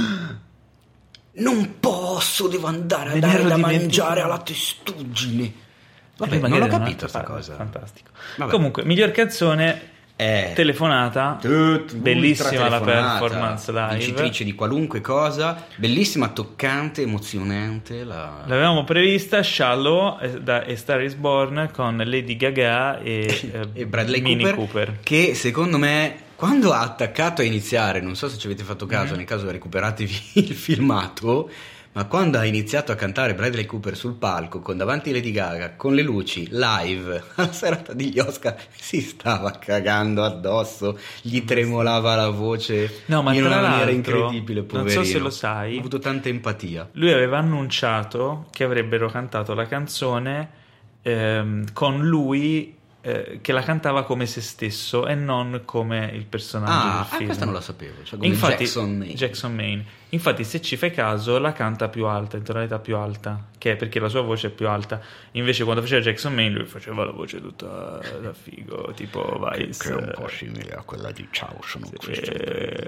Non posso, devo andare a dare da mangiare alla testuggine. Vabbè, non l'ho capito questa cosa. Fantastico. Vabbè. Comunque, miglior canzone... Eh, telefonata, tut, bellissima la performance live, vincitrice di qualunque cosa, bellissima, toccante, emozionante. La... L'avevamo prevista Shallow da A Star Is Born con Lady Gaga e, e Bradley Mini Cooper, Cooper, che secondo me quando ha attaccato a iniziare, non so se ci avete fatto caso, mm. nel caso recuperatevi il filmato, ma quando ha iniziato a cantare Bradley Cooper sul palco con davanti Lady Gaga con le luci live alla serata degli Oscar, si stava cagando addosso, gli tremolava la voce, no, ma in tra una maniera l'altro, incredibile, poverino. Non so se lo sai, ho avuto tanta empatia. Lui aveva annunciato che avrebbero cantato la canzone ehm, con lui eh, che la cantava come se stesso e non come il personaggio ah, del film. Ah, questa non la sapevo, cioè come Infatti, Jackson Maine. Jackson Maine. Infatti, se ci fai caso, la canta più alta, in tonalità più alta, che è perché la sua voce è più alta. Invece quando faceva Jackson Maine lui faceva la voce tutta da figo, tipo Vice, che è un po' simile a quella di Ciao, sono sì, Christian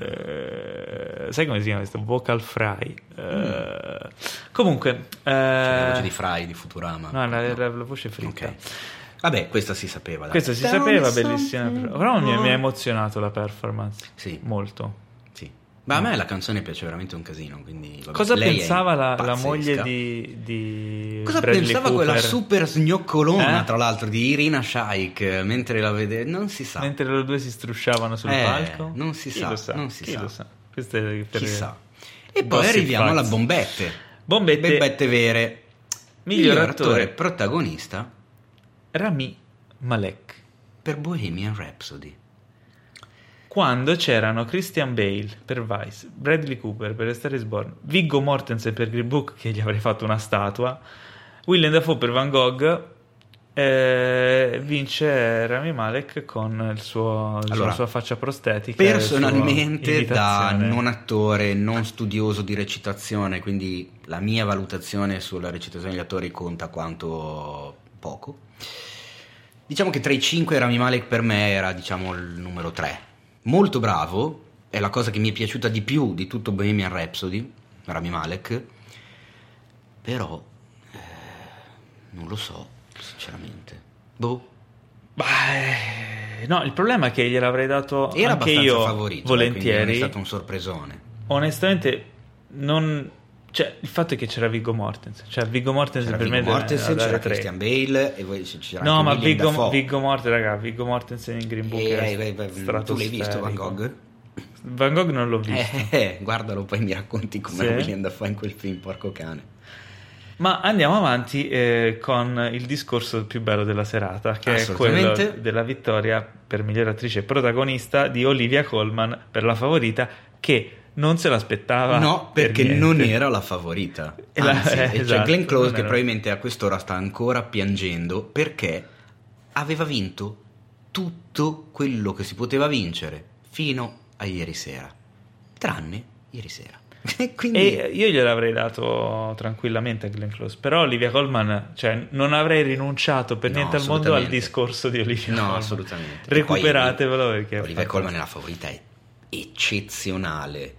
eh, sai come si chiama questo? Vocal fry. Mm. Eh, comunque cioè, eh, la voce di Fry di Futurama. no, la, la, la voce fritta. Ok. Vabbè, questa si sapeva. Dai. Questa si Down sapeva, bellissima. Però mi, mi ha emozionato la performance. Sì. Molto. Sì. Ma a me la canzone piace veramente un casino. Quindi, vabbè, cosa lei pensava la, la moglie di, di Cosa Bradley pensava Cooper? quella super sgnoccolona, eh? tra l'altro, di Irina Shayk, mentre la vede, non si sa. Mentre loro due si strusciavano sul eh, palco? Non si Chi sa, lo sa, non si chi sa. lo sa. Questo è per Chissà. E poi Gossip arriviamo Facts. alla bombette. Bombette. Bombette vere. Miglior, Miglior attore, attore protagonista Rami Malek. per Bohemian Rhapsody. Quando c'erano Christian Bale per Vice, Bradley Cooper per A Star Is Born, Viggo Mortensen per Green Book, che gli avrei fatto una statua, Willem Dafoe per Van Gogh, eh, vince Rami Malek con il suo, Allora, la sua faccia prostetica. personalmente, da non non attore, non studioso di recitazione, quindi la mia valutazione sulla recitazione degli attori conta quanto poco. Diciamo che tra i cinque Rami Malek per me era, diciamo, il numero tre. Molto bravo, è la cosa che mi è piaciuta di più di tutto Bohemian Rhapsody, Rami Malek, però eh, non lo so, sinceramente. Boh. Beh, no, il problema è che gliel'avrei dato Era anche abbastanza io favorito, volentieri. eh, quindi non è stato un sorpresone. Onestamente, non... Cioè, il fatto è che c'era Viggo Mortensen. Cioè, Viggo Mortensen C'era per Viggo me Mortensen, deve c'era dare tre. Christian Bale e poi c'era No, anche ma Willem Viggo, Dafoe. Viggo Mortensen, raga, Viggo Mortensen in Green Book Eh, è eh, eh, tu l'hai visto Van Gogh? Van Gogh non l'ho visto. Eh, eh, guardalo, poi mi racconti come Sì. Willem Dafoe in quel film, porco cane. Ma andiamo avanti eh, con il discorso più bello della serata, che è quello Assolutamente. della vittoria per miglior attrice protagonista di Olivia Colman per La Favorita, che non se l'aspettava. No, per perché niente. non era la favorita. E la- Anzi, eh, e c'è esatto, Glenn Close non che era. probabilmente a quest'ora sta ancora piangendo perché aveva vinto tutto quello che si poteva vincere fino a ieri sera, tranne ieri sera. Quindi E io gliel'avrei dato tranquillamente a Glenn Close, però Olivia Colman, cioè non avrei rinunciato per No, niente al mondo al assolutamente. discorso di Olivia no, Colman. assolutamente. Recuperatevelo Poi, perché è Olivia Colman fantastico. nella favorita è eccezionale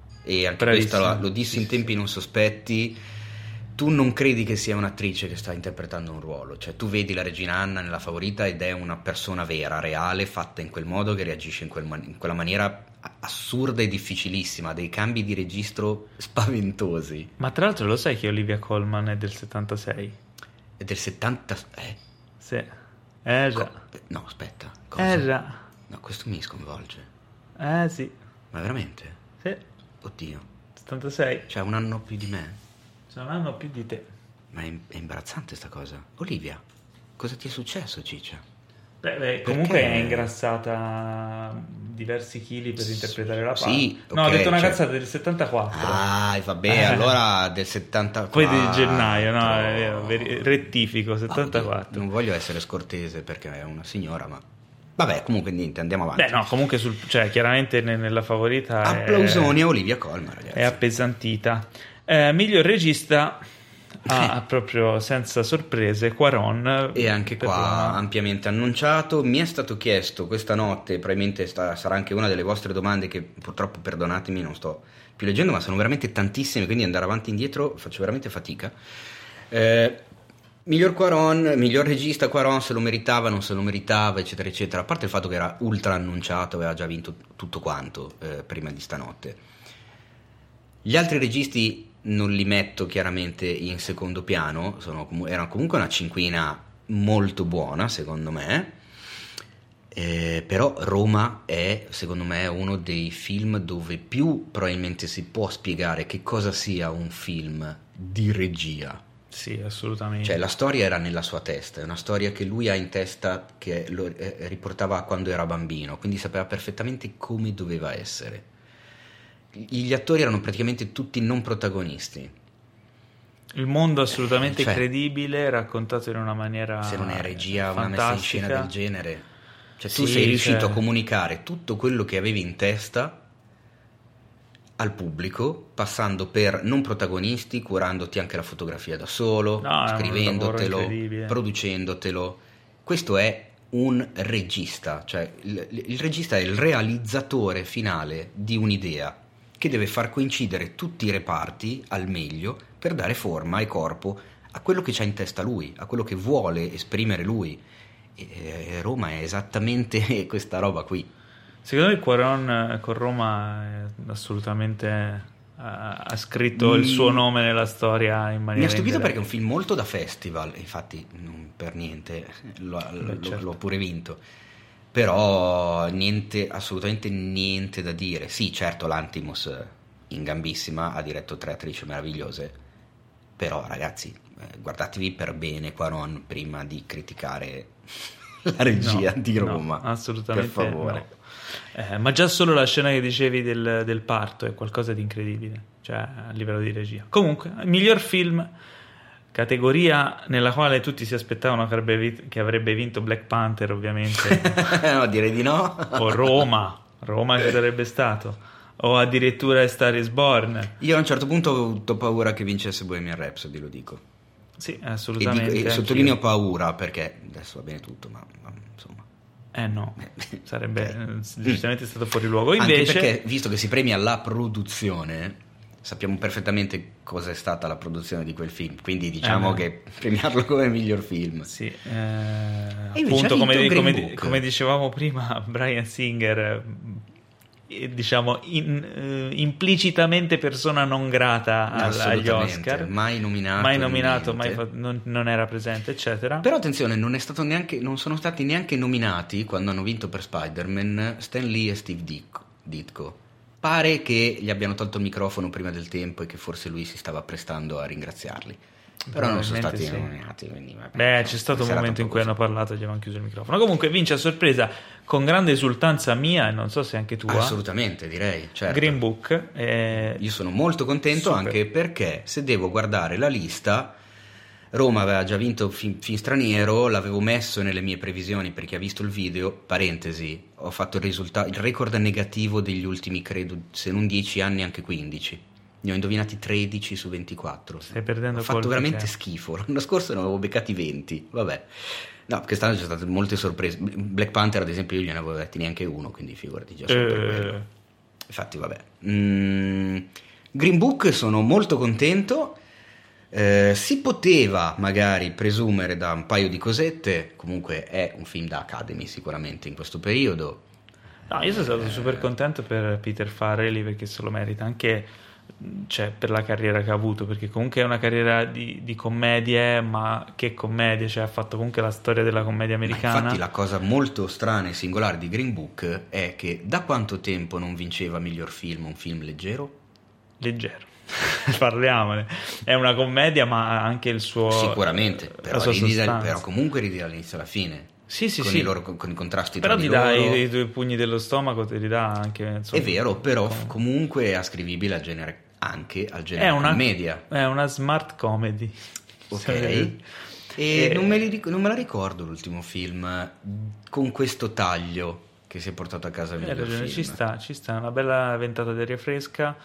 e anche Bravissima. questa lo, lo dissi in tempi non sospetti. Tu non credi che sia un'attrice che sta interpretando un ruolo, cioè tu vedi la regina Anna nella favorita ed è una persona vera, reale, fatta in quel modo, che reagisce in, quel man- in quella maniera assurda e difficilissima, dei cambi di registro spaventosi. Ma tra l'altro lo sai che Olivia Colman è del settantasei? È del settanta... Eh, Sì. Eh già. co- no, aspetta. Cosa? Eh già. No, questo mi sconvolge. Eh sì. Ma veramente? Sì. Oddio. settantasei. Cioè un anno più di me. C'è un anno più di te. Ma è, è imbarazzante sta cosa. Olivia, cosa ti è successo, ciccia? Beh, beh, comunque Perché? è ingrassata diversi chili per interpretare la parte. Sì, no, ok, ho detto una cioè- cazzata del settantaquattro. Ah, vabbè, Eh. allora del settantaquattro. Poi di gennaio, no, è vero, veri- rettifico, settantaquattro. Non voglio essere scortese perché è una signora, ma... Vabbè, comunque niente, andiamo avanti. Beh, no, comunque, sul, cioè, chiaramente ne- nella favorita è- Applausoni a Olivia Colman, ragazzi. è appesantita. Eh, miglior regista ha proprio senza sorprese Quaron. E anche per qua la- ampiamente annunciato. Mi è stato chiesto questa notte, probabilmente sta- sarà anche una delle vostre domande che purtroppo, perdonatemi, non sto più leggendo, ma sono veramente tantissime, quindi andare avanti e indietro faccio veramente fatica. Eh, miglior Quaron, miglior regista Quaron, se lo meritava, non se lo meritava, eccetera eccetera, a parte il fatto che era ultra annunciato, aveva già vinto tutto quanto eh, prima di stanotte. Gli altri registi non li metto chiaramente in secondo piano, sono comu- erano comunque una cinquina molto buona secondo me, eh, però Roma è secondo me uno dei film dove più probabilmente si può spiegare che cosa sia un film di regia. Sì, assolutamente. Cioè la storia era nella sua testa, è una storia che lui ha in testa, che lo eh, riportava a quando era bambino, quindi sapeva perfettamente come doveva essere. Gli attori erano praticamente tutti non protagonisti Il mondo assolutamente cioè, credibile, raccontato in una maniera se non è regia, fantastica. Una messa in scena del genere, cioè tu sì, sei riuscito cioè... a comunicare tutto quello che avevi in testa al pubblico, passando per non protagonisti, curandoti anche la fotografia da solo, no, scrivendotelo, producendotelo. Questo è un regista, cioè il, il regista è il realizzatore finale di un'idea che deve far coincidere tutti i reparti al meglio per dare forma e corpo a quello che c'ha in testa lui, a quello che vuole esprimere lui. E Roma è esattamente questa roba qui. Secondo me Cuarón con Roma è assolutamente ha, ha scritto mm. il suo nome nella storia in maniera mi ha stupito indiretta. Perché è un film molto da festival, infatti non per niente lo, Beh, certo. l'ho pure vinto, però niente, assolutamente niente da dire. Sì, certo, l'Antimos in gambissima ha diretto tre attrici meravigliose, però ragazzi, guardatevi per bene Cuarón prima di criticare la regia no, di Roma, no, assolutamente per favore. No. Eh, ma già solo la scena che dicevi del, del parto è qualcosa di incredibile, cioè a livello di regia. Comunque, miglior film, categoria nella quale tutti si aspettavano che avrebbe, che avrebbe vinto Black Panther, ovviamente. No, direi di no. O Roma, Roma che sarebbe stato, o addirittura Star is Born. Io a un certo punto ho avuto paura che vincesse Bohemian Rhapsody, lo dico. Sì, assolutamente. E, dico, e sottolineo paura perché adesso va bene tutto, ma, ma insomma. Eh no, sarebbe okay. decisamente stato fuori luogo. Invece, anche perché, visto che si premia la produzione, sappiamo perfettamente cosa è stata la produzione di quel film, quindi diciamo eh, che premiarlo come miglior film. Sì, eh, appunto come, come, come dicevamo prima, Bryan Singer, diciamo in, uh, implicitamente persona non grata al, agli Oscar, mai nominato, mai nominato, mai fa, non, non era presente, eccetera. Però attenzione, non è stato neanche, non sono stati neanche nominati quando hanno vinto per Spider-Man Stan Lee e Steve Ditko. Pare che gli abbiano tolto il microfono prima del tempo e che forse lui si stava prestando a ringraziarli. Però non sono stati sì. nominati. Quindi, vabbè, Beh, c'è stato un momento in cui hanno parlato e gli avevano chiuso il microfono. Comunque vince a sorpresa, con grande esultanza mia, e non so se anche tua. Assolutamente, direi. Certo. Green Book. Eh, Io sono molto contento super. Anche perché se devo guardare la lista, Roma aveva già vinto film, film straniero, l'avevo messo nelle mie previsioni per chi ha visto il video. Parentesi, ho fatto il, risultato, il record negativo degli ultimi, credo, se non dieci anni, anche quindici. Ne ho indovinati tredici su ventiquattro. Stai perdendo. Ho fatto veramente che... schifo. L'anno scorso ne avevo beccati venti. Vabbè. No, quest'anno ci sono state molte sorprese. Black Panther, ad esempio, io gliene avevo detti neanche uno, quindi figurati già solo eh... per quello. Infatti, vabbè. Mm, Green Book sono molto contento. Eh, si poteva magari presumere da un paio di cosette. Comunque è un film da Academy sicuramente in questo periodo. No, io sono stato eh... super contento per Peter Farrelly perché se lo merita anche, cioè, per la carriera che ha avuto, perché comunque è una carriera di, di commedie, ma che commedie, cioè ha fatto comunque la storia della commedia americana. Ma infatti la cosa molto strana e singolare di Green Book è che da quanto tempo non vinceva miglior film un film leggero? Leggero. Parliamone, è una commedia ma anche il suo, sicuramente, però, ridi dal, però comunque ridi dall'inizio alla fine. Sì, sì, con, sì. I loro, con i contrasti però tra ti di dà loro. i, i tuoi pugni dello stomaco, te li dà anche, insomma, è vero, però com- comunque è ascrivibile al genere, anche al genere è una, commedia. È una smart comedy. Ok. E, e non, me li, non me la ricordo l'ultimo film con questo taglio che si è portato a casa il miglior film. Ci sta, ci sta, una bella ventata d'aria fresca.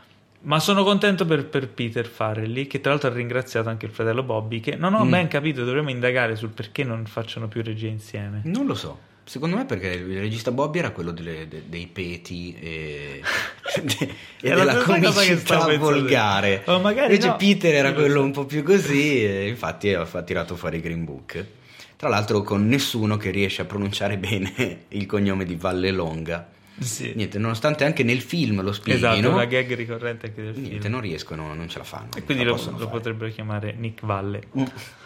Ma sono contento per, per Peter Farrelly, che tra l'altro ha ringraziato anche il fratello Bobby, che non ho mm. ben capito, dovremmo indagare sul perché non facciano più regia insieme. Non lo so, secondo me perché il regista Bobby era quello delle, de, dei peti e, de, e della comicità volgare. Oh, invece no. Peter era quello un po' più così e infatti ha tirato fuori Green Book. Tra l'altro con nessuno che riesce a pronunciare bene il cognome di Vallelonga. Sì. Niente, nonostante anche nel film lo spieghino, esatto, una gag ricorrente anche del niente, film. non riescono, non ce la fanno. E quindi lo, lo, lo potrebbero chiamare Nick Valle. Mm.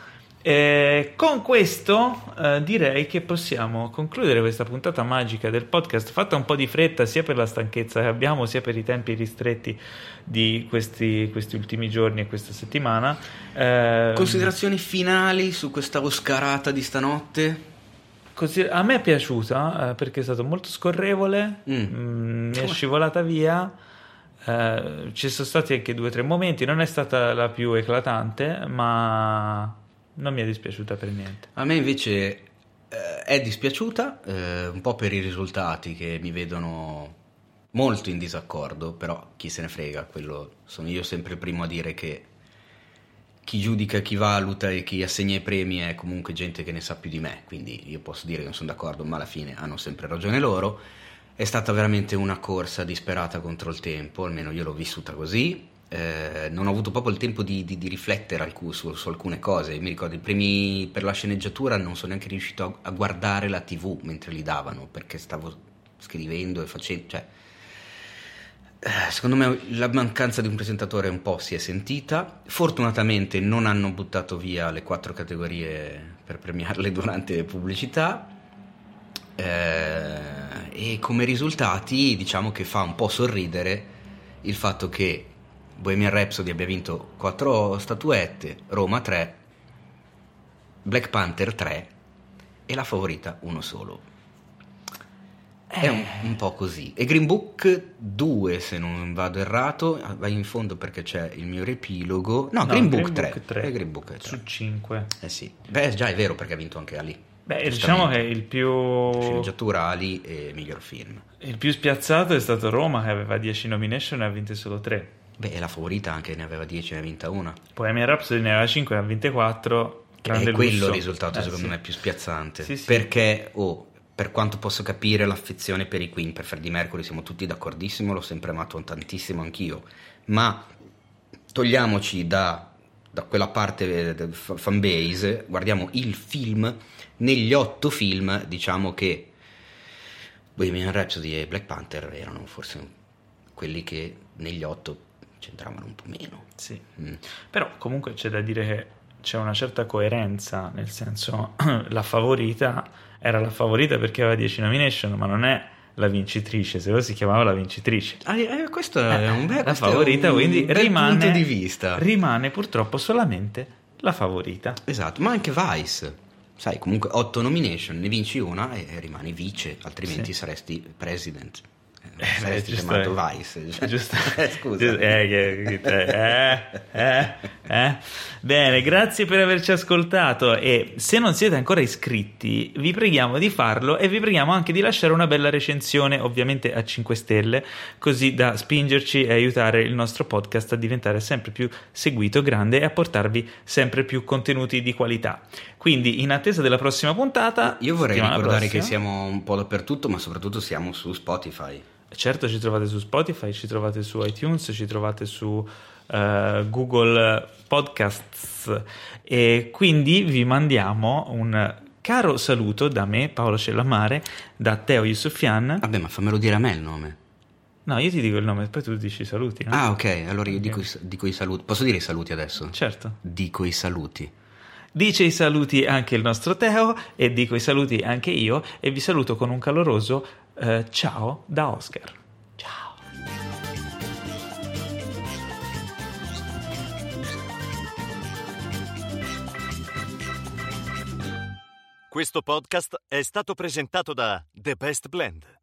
Eh, con questo eh, direi che possiamo concludere questa puntata magica del podcast, fatta un po' di fretta sia per la stanchezza che abbiamo sia per i tempi ristretti di questi, questi ultimi giorni e questa settimana. Eh, Considerazioni finali su questa oscarata di stanotte? A me è piaciuta eh, perché è stato molto scorrevole, mm. mh, mi è scivolata via, Uh, ci sono stati anche due o tre momenti, non è stata la più eclatante, ma non mi è dispiaciuta per niente. A me invece eh, è dispiaciuta, eh, un po' per i risultati che mi vedono molto in disaccordo, però chi se ne frega, quello sono io sempre il primo a dire che chi giudica, chi valuta e chi assegna i premi è comunque gente che ne sa più di me, quindi io posso dire che non sono d'accordo, ma alla fine hanno sempre ragione loro. È stata veramente una corsa disperata contro il tempo, almeno io l'ho vissuta così. Eh, non ho avuto proprio il tempo di, di, di riflettere alc- su, su alcune cose. Mi ricordo i premi per la sceneggiatura, non sono neanche riuscito a, a guardare la tivù mentre li davano, perché stavo scrivendo e facendo, cioè, eh, secondo me la mancanza di un presentatore un po' si è sentita. Fortunatamente non hanno buttato via le quattro categorie per premiarle durante le pubblicità. Eh, e come risultati diciamo che fa un po' sorridere il fatto che Bohemian Rhapsody abbia vinto quattro statuette, Roma tre, Black Panther tre e la favorita uno solo. È un, un po' così. E Green Book due, se non vado errato, vai in fondo perché c'è il mio riepilogo. No, no Green, Green Book tre, tre. È Green Book tre su cinque. Eh sì. Beh, già è vero perché ha vinto anche Ali. Beh, diciamo che il più sceneggiatura Ali e miglior film. Il più spiazzato è stato Roma, che aveva dieci nomination e ha vinte solo tre. Beh, la favorita anche ne aveva dieci e ne ha vinta una. Poi Bohemian Rhapsody ne aveva cinque e ne ha vinte quattro. È quello il risultato eh, secondo sì. me più spiazzante. Sì, sì. Perché, oh, per quanto posso capire l'affezione per i Queen, per Freddie Mercury, siamo tutti d'accordissimo, l'ho sempre amato tantissimo anch'io. Ma togliamoci da, da quella parte del fanbase, guardiamo il film. Negli otto film, diciamo che Bohemian Rhapsody e Black Panther erano forse quelli che negli otto c'entravano un po' meno. Sì. Mm. Però comunque c'è da dire che c'è una certa coerenza, nel senso la favorita era la favorita perché aveva dieci nomination, ma non è la vincitrice, se no si chiamava la vincitrice. Ah, eh, questo è un bel, la favorita, un quindi bel rimane, punto di vista. Rimane purtroppo solamente la favorita. Esatto, ma anche Vice. Sai, comunque otto nomination, ne vinci una e rimani vice, altrimenti sì. saresti president. Eh, saresti chiamato Vice. Cioè. Giusto. Eh, scusa. Eh, eh, eh, eh. Bene, grazie per averci ascoltato e se non siete ancora iscritti vi preghiamo di farlo e vi preghiamo anche di lasciare una bella recensione, ovviamente a cinque stelle, così da spingerci e aiutare il nostro podcast a diventare sempre più seguito, grande e a portarvi sempre più contenuti di qualità. Quindi in attesa della prossima puntata, io vorrei ricordare prossima, che siamo un po' dappertutto, ma soprattutto siamo su Spotify. Certo, ci trovate su Spotify, ci trovate su iTunes, ci trovate su uh, Google Podcasts e quindi vi mandiamo un caro saluto da me, Paolo Cellamare, da Teo Yusufian. Vabbè, ma fammelo dire a me il nome. No, io ti dico il nome, poi tu dici i saluti, no? Ah, ok, allora io okay. Dico, i, dico i saluti. Posso dire i saluti adesso? Certo. Dico i saluti. Dice i saluti anche il nostro Teo e dico i saluti anche io e vi saluto con un caloroso uh, ciao da Oscar. Ciao. Questo podcast è stato presentato da The Best Blend.